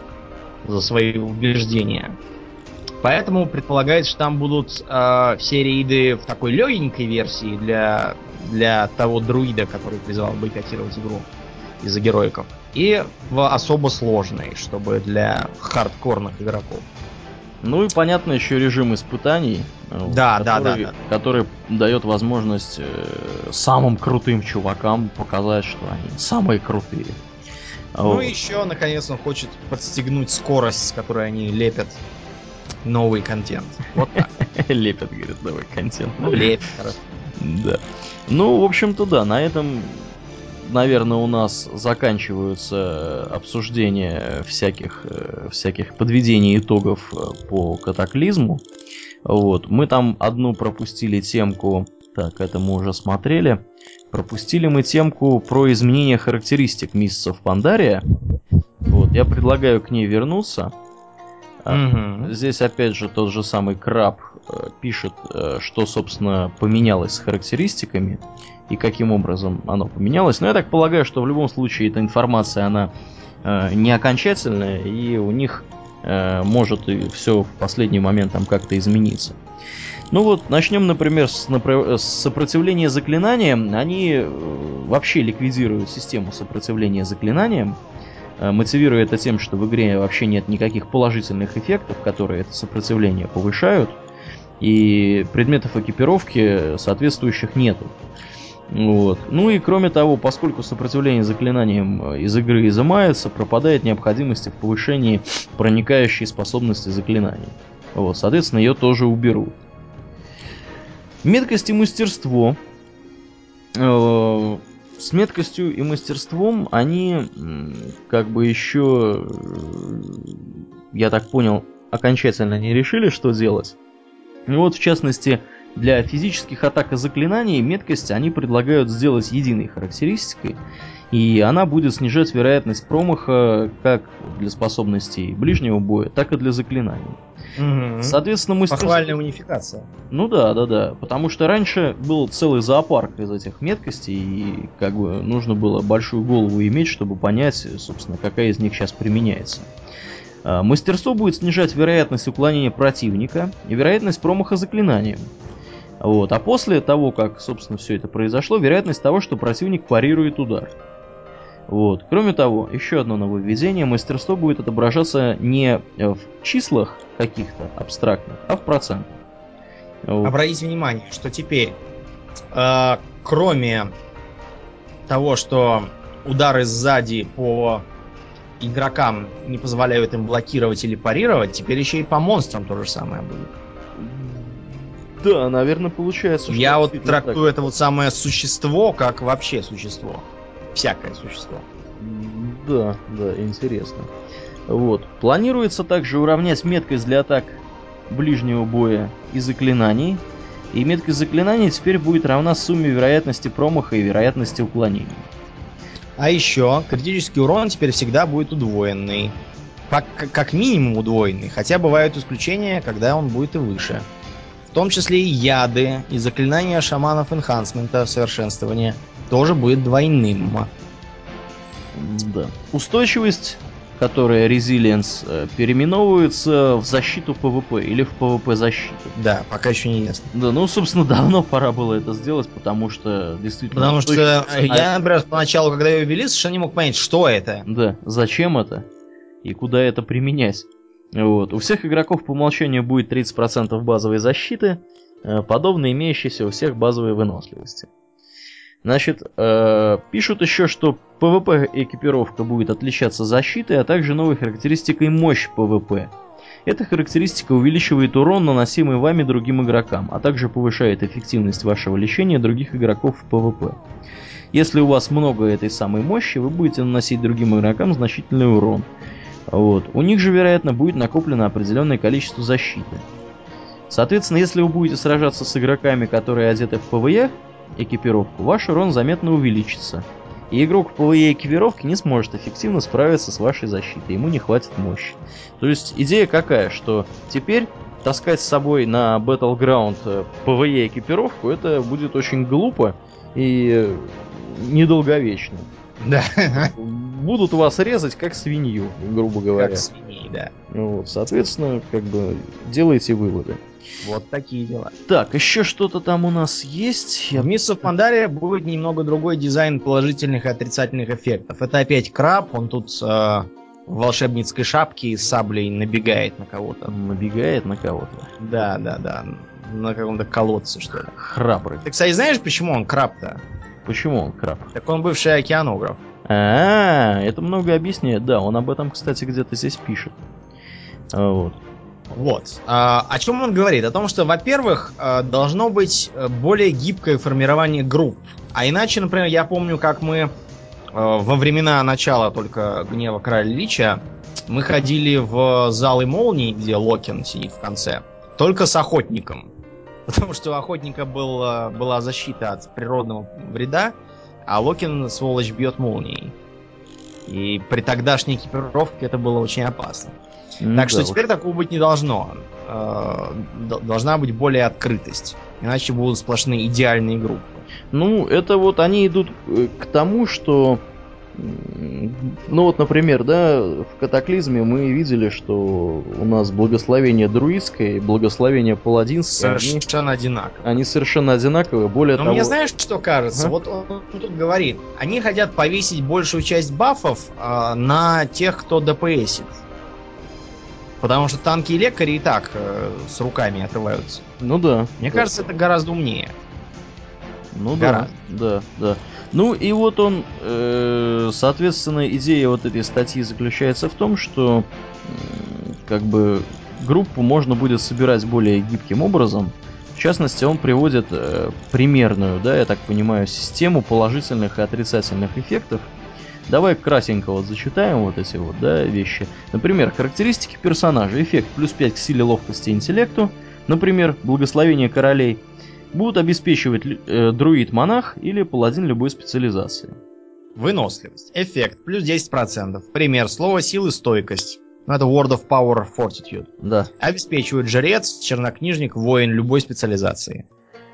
за свои убеждения. Поэтому предполагается, что там будут э, все рейды в такой легенькой версии для, для того друида, который призвал бойкотировать игру из-за героиков, и в особо сложной, чтобы для хардкорных игроков. Ну и понятно еще режим испытаний, да, который, да, да, да. который дает возможность э, самым крутым чувакам показать, что они самые крутые. Ну вот. И еще, наконец, он хочет подстегнуть скорость, с которой они лепят новый контент. Вот так. Лепят, говорит, новый контент. Ну, лепят, хорошо. Да. Ну, в общем-то, да, на этом, наверное, у нас заканчиваются обсуждения всяких, всяких подведений итогов по катаклизму. Вот. Мы там одну пропустили темку, так, это мы уже смотрели. Пропустили мы темку про изменение характеристик миссисов Пандария. Вот. Я предлагаю к ней вернуться. Mm-hmm. Здесь опять же тот же самый Краб э, пишет, э, что, собственно, поменялось с характеристиками и каким образом оно поменялось. Но я так полагаю, что в любом случае эта информация, она э, не окончательная, и у них э, может и все в последний момент там как-то измениться. Ну вот, начнем, например, с, напр... с сопротивления заклинаниям. Они э, вообще ликвидируют систему сопротивления заклинаниям, мотивируя это тем, что в игре вообще нет никаких положительных эффектов, которые это сопротивление повышают, и предметов экипировки соответствующих нету. Вот. Ну и кроме того, поскольку сопротивление заклинаниям из игры изымается, пропадает необходимость в повышении проникающей способности заклинаний. Вот, соответственно, ее тоже уберут. Меткость и мастерство. С меткостью и мастерством они как бы еще, я так понял, окончательно не решили, что делать. И вот, в частности, для физических атак и заклинаний меткость они предлагают сделать единой характеристикой, и она будет снижать вероятность промаха как для способностей ближнего боя, так и для заклинаний. Угу. Соответственно, мастерство... Похвальная унификация. Ну да, да, да. Потому что раньше был целый зоопарк из этих меткостей, и как бы нужно было большую голову иметь, чтобы понять, собственно, какая из них сейчас применяется. Мастерство будет снижать вероятность уклонения противника и вероятность промаха заклинанием. Вот. А после того, как, собственно, все это произошло, вероятность того, что противник парирует удар. Вот. Кроме того, еще одно нововведение. Мастерство будет отображаться не в числах каких-то абстрактных, а в процентах. Вот. Обратите внимание, что теперь, э, кроме того, что удары сзади по игрокам не позволяют им блокировать или парировать, теперь еще и по монстрам то же самое будет. Да, наверное, получается, что... Я вот трактую так. Это вот самое существо как вообще существо. Всякое существо. Да, да, интересно. Вот. Планируется также уравнять меткость для атак ближнего боя и заклинаний. И меткость заклинаний теперь будет равна сумме вероятности промаха и вероятности уклонения. А еще критический урон теперь всегда будет удвоенный. Как, как минимум удвоенный. Хотя бывают исключения, когда он будет и выше. В том числе и яды, и заклинания шаманов энхансмента, совершенствования, тоже будет двойным. Да. Устойчивость, которая Resilience, переименовывается в защиту ПВП или в ПВП-защиту. Да, пока еще не ясно. Да, ну, собственно, давно пора было это сделать, потому что действительно... Потому что я, например, поначалу, когда ее ввели, совершенно не мог понять, что это. Да, зачем это и куда это применять. Вот. У всех игроков по умолчанию будет тридцать процентов базовой защиты, подобно имеющейся у всех базовой выносливости. Значит, э, пишут еще, что ПВП-экипировка будет отличаться защитой, а также новой характеристикой мощь ПВП. Эта характеристика увеличивает урон, наносимый вами другим игрокам, а также повышает эффективность вашего лечения других игроков в ПВП. Если у вас много этой самой мощи, вы будете наносить другим игрокам значительный урон. Вот. У них же, вероятно, будет накоплено определенное количество защиты. Соответственно, если вы будете сражаться с игроками, которые одеты в ПВЕ экипировку, ваш урон заметно увеличится. И игрок в ПВЕ экипировке не сможет эффективно справиться с вашей защитой, ему не хватит мощи. То есть идея какая, что теперь таскать с собой на Battleground ПВЕ экипировку, это будет очень глупо и недолговечно. Да. Будут вас резать как свинью, грубо говоря. Как свиней, да. Вот, соответственно, как бы делайте выводы. Вот такие дела. Так, еще что-то там у нас есть. В Mists of Pandaria будет немного другой дизайн положительных и отрицательных эффектов. Это опять краб, он тут э, в волшебницкой шапке и с саблей набегает на кого-то. Набегает на кого-то? Да, да, да. На каком-то колодце, что ли. Храбрый. Ты, кстати, знаешь, почему он краб-то? Почему он краб? Так он бывший океанограф. А, это много объясняет. Да, он об этом, кстати, где-то здесь пишет. Вот. Вот. А, о чем он говорит? О том, что, во-первых, должно быть более гибкое формирование групп. А иначе, например, я помню, как мы во времена начала только Гнева Короля Лича мы ходили в залы молний, где Локин сидит в конце, только с охотником. Потому что у охотника был, была защита от природного вреда, а Локин, сволочь, бьет молнией. И при тогдашней экипировке это было очень опасно. Mm, так да что уж. Теперь такого быть не должно. Должна быть более открытость. Иначе будут сплошные идеальные группы. Ну, это вот они идут к тому, что... Ну вот, например, да, в Катаклизме мы видели, что у нас благословение друидское и благословение паладинское. Совершенно они, одинаковые. Они совершенно одинаковые. Более Но того... мне знаешь, что кажется? Ага. Вот он, он тут говорит. Они хотят повесить большую часть бафов э, на тех, кто ДПСит. Потому что танки и лекари и так э, с руками отрываются. Ну да. Мне да. кажется, это гораздо умнее. Ну гораздо. да, да, да. Ну и вот он, э, соответственно, идея вот этой статьи заключается в том, что э, как бы группу можно будет собирать более гибким образом. В частности, он приводит э, примерную, да, я так понимаю, систему положительных и отрицательных эффектов. Давай кратенько вот зачитаем вот эти вот, да, вещи. Например, характеристики персонажа. Эффект плюс пять к силе, ловкости и интеллекту. Например, благословение королей. Будут обеспечивать э, друид-монах или паладин любой специализации. Выносливость. Эффект плюс десять процентов. Пример. Слово силы стойкость. Ну, это Word of Power Fortitude. Да. Обеспечивают жрец, чернокнижник, воин любой специализации.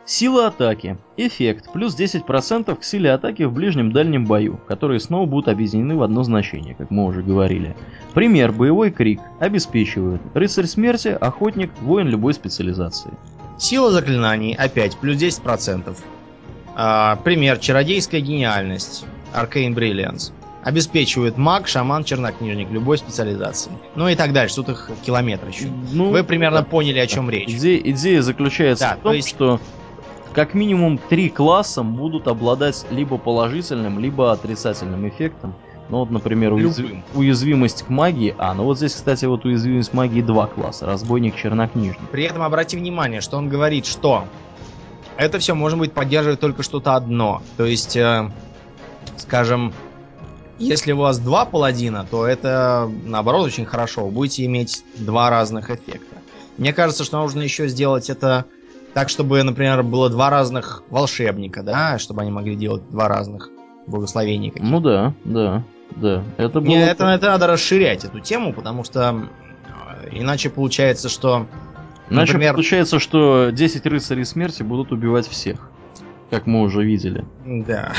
Сила атаки. Эффект. Плюс десять процентов к силе атаки в ближнем-дальнем бою, которые снова будут объединены в одно значение, как мы уже говорили. Пример. Боевой крик. Обеспечивают. Рыцарь смерти, охотник, воин любой специализации. Сила заклинаний. Опять. Плюс десять процентов. А, пример. Чародейская гениальность. Arcane Brilliance. Обеспечивают маг, шаман, чернокнижник любой специализации. Ну и так дальше. Тут их километр еще. Ну, Вы примерно да, поняли, о чем да. речь. Идея, идея заключается Да, в том, то есть... что как минимум три класса будут обладать либо положительным, либо отрицательным эффектом. Ну вот, например, уязв... уязвимость к магии. А, ну вот здесь, кстати, вот уязвимость к магии два класса. Разбойник, чернокнижник. При этом обрати внимание, что он говорит, что это все может быть поддерживать только что-то одно. То есть, э, скажем, если у вас два паладина, то это, наоборот, очень хорошо. Вы будете иметь два разных эффекта. Мне кажется, что нужно еще сделать это так, чтобы, например, было два разных волшебника, да, чтобы они могли делать два разных благословения. Каких-то. Ну да, да, да. Это, было... Не, это, это надо расширять эту тему, потому что иначе получается, что... Иначе например... получается, что десять рыцарей смерти будут убивать всех. Как мы уже видели. Да.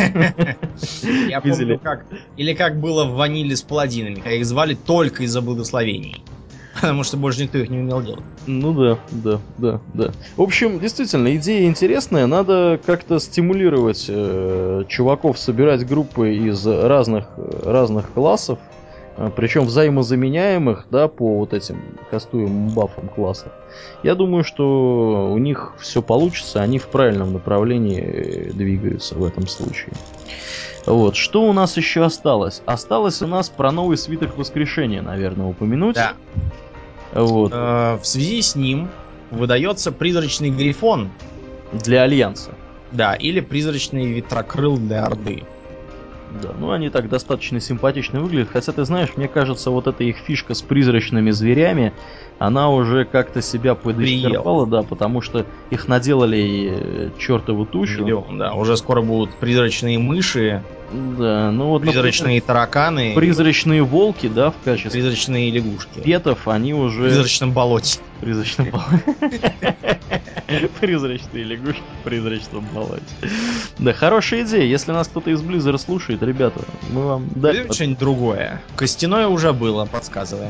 Я помню, как... Или как было в Ваниле с паладинами, когда их звали только из-за благословений. Потому что больше никто их не умел делать. Ну да, да, да, да. В общем, действительно, идея интересная. Надо как-то стимулировать э, чуваков собирать группы из разных, разных классов. Причем взаимозаменяемых, да, по вот этим кастуемым бафам классов. Я думаю, что у них все получится, они в правильном направлении двигаются в этом случае. Вот, что у нас еще осталось? Осталось у нас про новый свиток воскрешения, наверное, упомянуть. Да. Вот. Э, в связи с ним выдается призрачный грифон. Для Альянса. Да, или призрачный ветрокрыл для Орды. Да, ну они так достаточно симпатично выглядят. Хотя, ты знаешь, мне кажется, вот эта их фишка с призрачными зверями, она уже как-то себя подистерпала, да, потому что их наделали чертову тучу. Миллион, да. Уже скоро будут призрачные мыши, да, ну вот, призрачные например, тараканы, призрачные волки, да, в качестве призрачные лягушки. Петов, они уже... В призрачном болоте. В призрачном болоте. Призрачные лягушки в призрачном болоте. Да, хорошая идея. Если нас кто-то из Blizzard слушает, ребята, мы вам дали... Что-нибудь другое. Костяное уже было, подсказываем.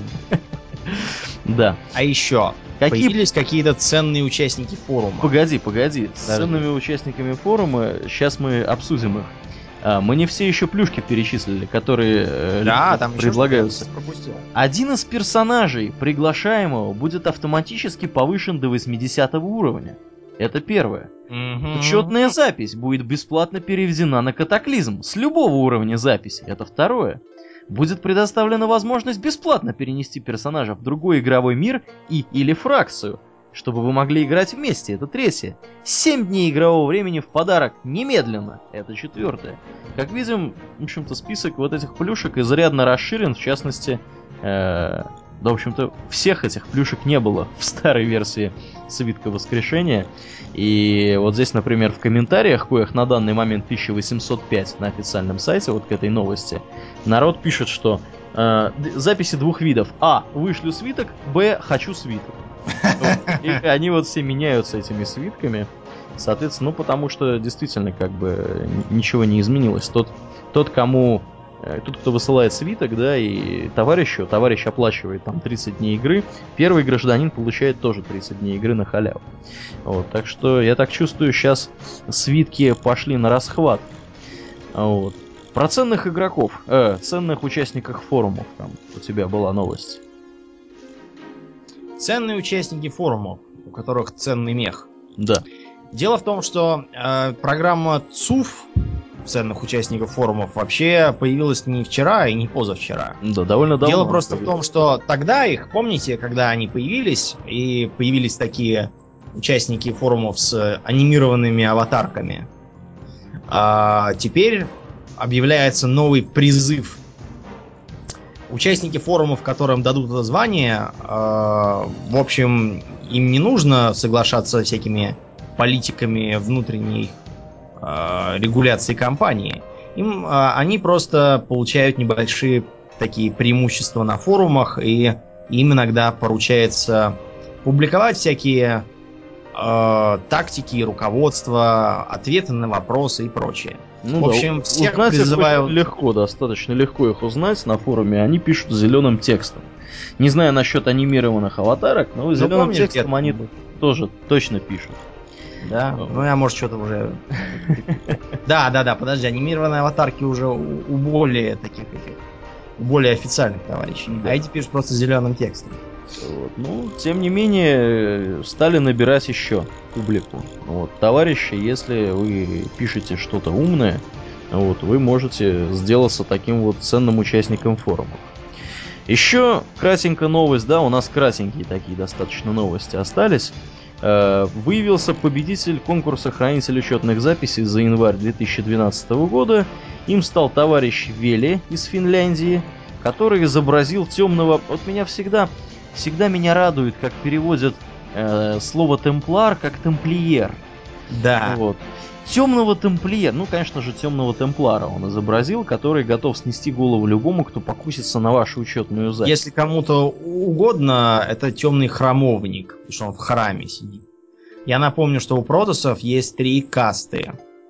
Да. А еще, Какие... появились какие-то ценные участники форума. Погоди, погоди. С Даже... ценными участниками форума, сейчас мы обсудим их. А, мы не все еще плюшки перечислили, которые да, там предлагаются. Один из персонажей приглашаемого будет автоматически повышен до восьмидесятого уровня. Это первое. Mm-hmm. Учетная запись будет бесплатно переведена на катаклизм с любого уровня записи. Это второе. Будет предоставлена возможность бесплатно перенести персонажа в другой игровой мир и или фракцию, чтобы вы могли играть вместе. Это третье. семь дней игрового времени в подарок немедленно. Это четвертое. Как видим, в общем-то, список вот этих плюшек изрядно расширен. В частности, э- да, в общем-то, всех этих плюшек не было в старой версии Свитка Воскрешения. И вот здесь, например, в комментариях, коих на данный момент тысяча восемьсот пять на официальном сайте, вот к этой новости, народ пишет, что э, записи двух видов. А. Вышлю свиток. Б. Хочу свиток. И они вот все меняются этими свитками. Соответственно, ну потому что действительно как бы ничего не изменилось. Тот, тот кому... Тот, кто высылает свиток, да, и товарищу, товарищ оплачивает там тридцать дней игры, первый гражданин получает тоже тридцать дней игры на халяву. Вот, так что я так чувствую, сейчас свитки пошли на расхват. Вот. Про ценных игроков, э, ценных участников форумов там у тебя была новость. Ценные участники форумов, у которых ценный мех. Да. Дело в том, что э, программа ЦУФ ценных участников форумов вообще появилась не вчера и не позавчера. Да, довольно давно. Дело просто в том, что тогда их, помните, когда они появились, и появились такие участники форумов с анимированными аватарками, а теперь объявляется новый призыв. Участники форумов, которым дадут это звание, э, в общем, им не нужно соглашаться с всякими политиками внутренней э, регуляции компании. Им, э, они просто получают небольшие такие преимущества на форумах, и им иногда поручается публиковать всякие э, тактики, руководство, ответы на вопросы и прочее. Ну В да, общем, у- всех узнать их призывают... очень легко, достаточно легко их узнать на форуме, они пишут зеленым текстом. Не знаю насчет анимированных аватарок, но Ну, зеленым помнишь, текстом где-то они там был? тоже точно пишут. Да, Вот. ну я, может, что-то уже... Да, да, да, подожди, анимированные аватарки уже у, у более таких этих, у более официальных товарищей. Да. А эти пишут просто зеленым текстом. Вот. Ну, тем не менее, стали набирать еще публику. Вот. Товарищи, если вы пишете что-то умное, вот, вы можете сделаться таким вот ценным участником форумов. Еще кратенько новость, да, у нас кратенькие такие достаточно новости остались. Э, Выявился победитель конкурса хранителя учетных записей за январь две тысячи двенадцатого года. Им стал товарищ Вели из Финляндии, который изобразил темного... Вот меня всегда, всегда меня радует, как переводят э, слово темплар как темплиер. Да. Вот. Темного темплиера, ну, конечно же, темного темплара он изобразил, который готов снести голову любому, кто покусится на вашу учетную запись. Если кому-то угодно, это темный храмовник, потому что он в храме сидит. Я напомню, что у протоссов есть три касты.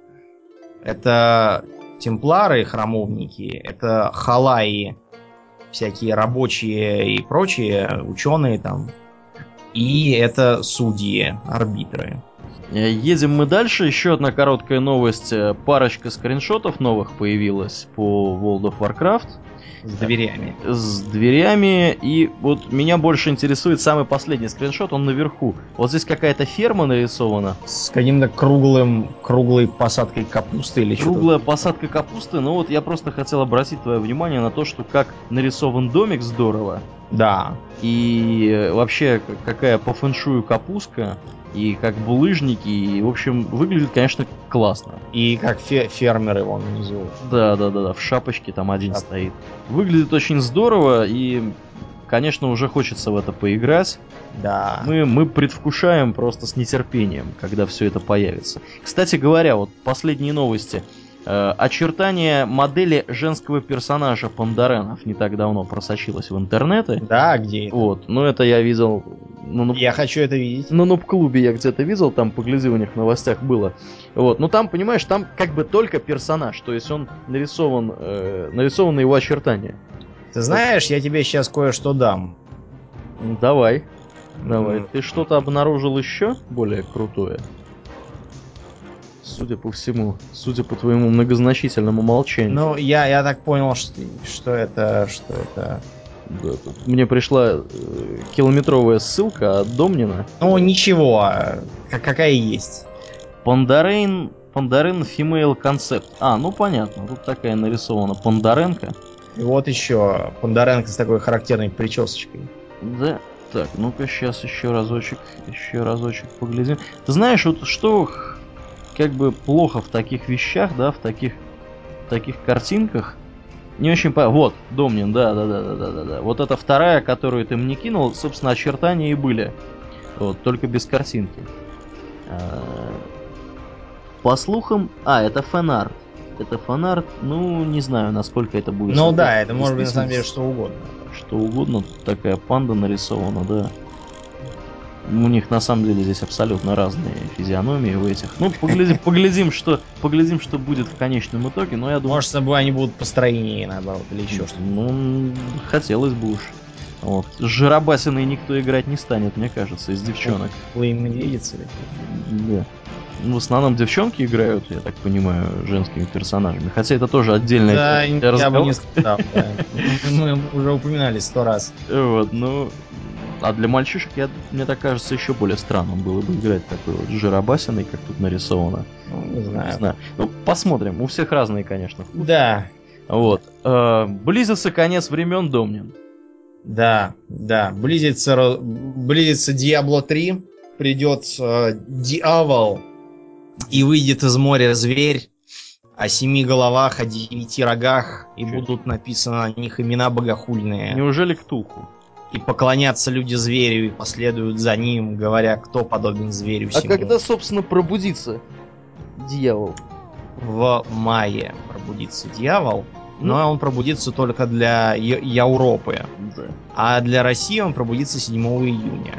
Это темплары, храмовники, это халаи, всякие рабочие и прочие, ученые там, и это судьи, арбитры. Едем мы дальше. Еще одна короткая новость. Парочка скриншотов новых появилась по World of Warcraft. С дверями. С дверями. И вот меня больше интересует самый последний скриншот. Он наверху. Вот здесь какая-то ферма нарисована. С каким-то круглым, круглой посадкой капусты или что-то. Круглая посадка капусты. Ну вот я просто хотел обратить твое внимание на то, что как нарисован домик здорово. Да. И вообще какая по фэншую капустка. И как булыжники, и, в общем, выглядит, конечно, классно. И как фе- фермеры вон внизу. Да, да, да, да, в шапочке там один Да. стоит. Выглядит очень здорово, и, конечно, уже хочется в это поиграть. Да. Мы, мы предвкушаем просто с нетерпением, когда все это появится. Кстати говоря, вот последние новости. Э, очертание модели женского персонажа Пандаренов не так давно просочилось в интернеты. Да, где это? Вот, ну это я видел... Ну, ну, Я хочу это видеть. на нуб-клубе я где-то видел, там, погляди, у них в новостях было. Вот, ну там, понимаешь, там как бы только персонаж, то есть он нарисован, э, нарисованы его очертания. Ты знаешь, я тебе сейчас кое-что дам. Ну, давай, давай. М. Ты что-то обнаружил еще более крутое? Судя по всему, судя по твоему многозначительному молчанию. Ну, я, я так понял, что, что это, что это... Да, тут мне пришла э, километровая ссылка от Домнина. Ну, ничего, а, как, какая есть. Пандарейн, Пандарен Female Concept. А, ну понятно, тут такая нарисована Пандаренка. И вот еще Бондаренко с такой характерной причесочкой. Да, так, ну-ка сейчас еще разочек, еще разочек поглядим. Ты знаешь, вот что х- как бы плохо в таких вещах, да, в таких, в таких картинках, не очень по... Вот, Домнин, да, да, да, да, да, да, да. Вот эта вторая, которую ты мне кинул, собственно, очертания и были. Вот, только без картинки. А, По слухам... А, это фанарт. Это фанарт, ну, не знаю, насколько это будет. Ну соответствовать да, это может быть на самом деле действительности. что угодно. Что угодно, тут такая панда нарисована, да. У них на самом деле здесь абсолютно разные физиономии у этих. Ну, поглядим, поглядим, что, поглядим, что будет в конечном итоге, но я думаю... Может, с собой они будут построеннее, наоборот, или еще что-то. Ну, хотелось бы уж. Вот. С жиробасиной никто играть не станет, мне кажется, из девчонок. Вы медведицы. Да. Ну, в основном девчонки играют, я так понимаю, женскими персонажами. Хотя это тоже отдельная Да, тема для я бы не разговора. сказал, да. Мы мы уже упоминали сто раз. Вот, ну... А для мальчишек, я, мне так кажется, еще более странным было бы играть такой вот жиробасиной, как тут нарисовано. Ну, не Не знаю. знаю. Ну, посмотрим. У всех разные, конечно, вкусы. Да, Вот. Э, близится конец времен, Домнин. да, да. Близится, ро- близится Diablo три, придет э, дьявол и выйдет из моря зверь о семи головах, о девяти рогах, и Чё? будут написаны на них имена богохульные. Неужели Ктулху? И поклонятся люди зверю и последуют за ним, говоря, кто подобен зверю А всему. когда, собственно, пробудится дьявол? В мае пробудится дьявол, Ну. но он пробудится только для Е- Европы. Да. А для России он пробудится седьмого июня.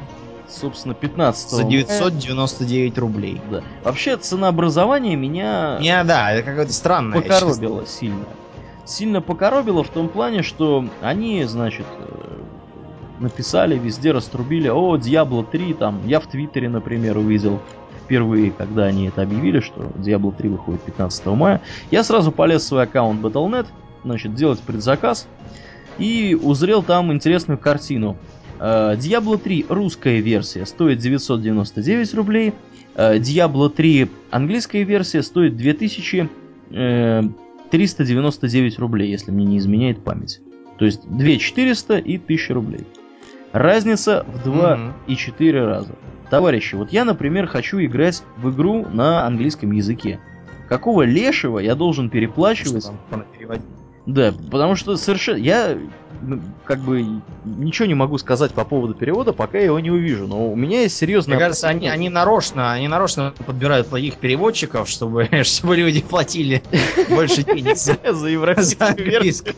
собственно, пятнадцатого За девятьсот девяносто девять рублей. Да. Вообще, ценообразование меня... Не, да, это какое-то странное. Покоробило сильно. Сильно покоробило в том плане, что они, значит, написали, везде раструбили: о, Diablo три, там, я в Твиттере, например, увидел впервые, когда они это объявили, что Diablo три выходит пятнадцатого мая. Я сразу полез в свой аккаунт Battle точка нет, значит, делать предзаказ, и узрел там интересную картину. Diablo три русская версия стоит девятьсот девяносто девять рублей, Diablo три английская версия стоит две тысячи триста девяносто девять рублей, если мне не изменяет память. То есть две тысячи четыреста и тысяча рублей. Разница в два и четыре раза. Товарищи, вот я, например, хочу играть в игру на английском языке. Какого лешего я должен переплачивать? Что там переводить? Да, потому что совершенно... Я как бы ничего не могу сказать по поводу перевода, пока я его не увижу. Но у меня есть серьезная... Мне кажется, они, они, нарочно, они нарочно подбирают плохих переводчиков, чтобы, чтобы люди платили больше денег за европейскую версию.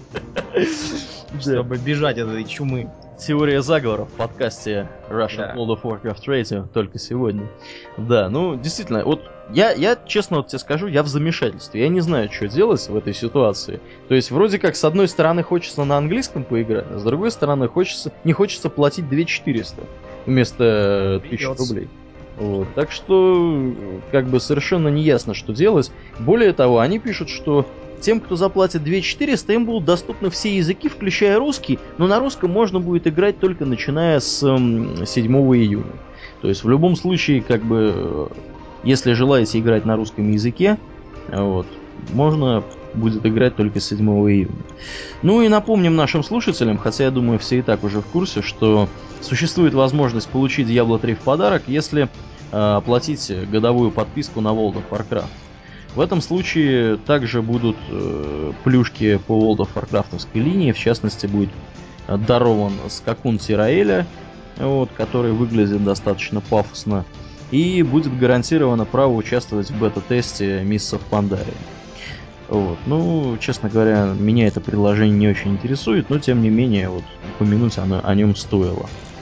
Чтобы бежать от этой чумы. Теория заговора в подкасте Russian World of Warcraft Radio только сегодня. Да, ну, действительно, вот я, я честно вот тебе скажу, я в замешательстве. Я не знаю, что делать в этой ситуации. То есть, вроде как, с одной стороны, хочется на английском поиграть, а с другой стороны, хочется, не хочется платить две тысячи четыреста вместо тысячи рублей. Вот. Так что, как бы, совершенно не ясно, что делать. Более того, они пишут, что тем, кто заплатит две тысячи четыреста, им будут доступны все языки, включая русский, но на русском можно будет играть только начиная с седьмого июня. То есть в любом случае, как бы, если желаете играть на русском языке, вот, можно будет играть только с седьмого июня. Ну и напомним нашим слушателям, хотя я думаю, все и так уже в курсе, что существует возможность получить Diablo три в подарок, если э, оплатить годовую подписку на World of Warcraft. В этом случае также будут э, плюшки по World of Warcraft'овской линии. В частности, будет дарован скакун Тираэля, вот, который выглядит достаточно пафосно. И будет гарантировано право участвовать в бета-тесте Mists of Pandaria. Вот. Ну, честно говоря, меня это предложение не очень интересует, но тем не менее, вот, упомянуть оно, о нем стоило.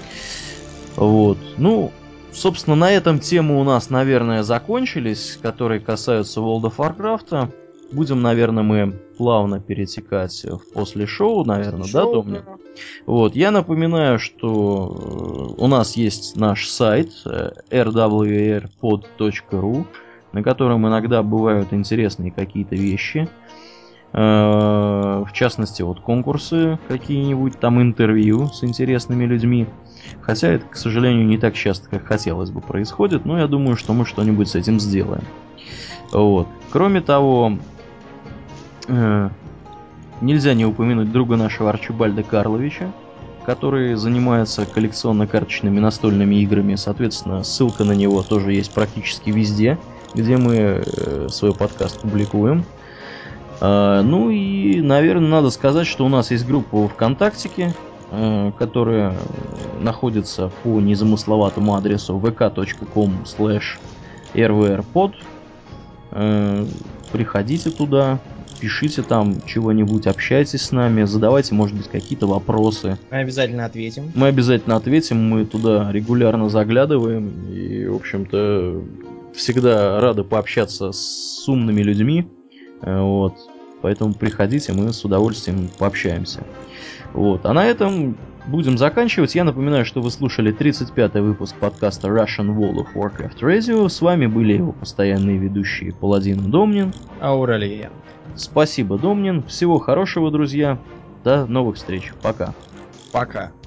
Вот. Ну, собственно, на этом темы у нас, наверное, закончились, которые касаются World of Warcraft. Будем, наверное, мы плавно перетекать в после шоу, наверное, да, Домнин? Вот. Я напоминаю, что у нас есть наш сайт эр дабл ю эр под точка ру, на котором иногда бывают интересные какие-то вещи. В частности, вот конкурсы какие-нибудь, там интервью с интересными людьми. Хотя это, к сожалению, не так часто, как хотелось бы, происходит, но я думаю, что мы что-нибудь с этим сделаем. Вот. Кроме того, э, нельзя не упомянуть друга нашего Арчибальда Карловича, который занимается коллекционно-карточными настольными играми. Соответственно, ссылка на него тоже есть практически везде, где мы э, свой подкаст публикуем. Э, ну и, наверное, надо сказать, что у нас есть группа ВКонтактике, которая находится по незамысловатому адресу ви ка точка ком слэш эр ви эр под. Приходите туда, пишите там чего-нибудь, общайтесь с нами, задавайте, может быть, какие-то вопросы. Мы обязательно ответим. Мы обязательно ответим, мы туда регулярно заглядываем и, в общем-то, всегда рады пообщаться с умными людьми. Вот. Поэтому приходите, мы с удовольствием пообщаемся. Вот. А на этом будем заканчивать. Я напоминаю, что вы слушали тридцать пятый выпуск подкаста Russian World of Warcraft Radio. С вами были его постоянные ведущие Паладин и Домнин. Ауралия. Спасибо, Домнин. Всего хорошего, друзья. До новых встреч. Пока. Пока.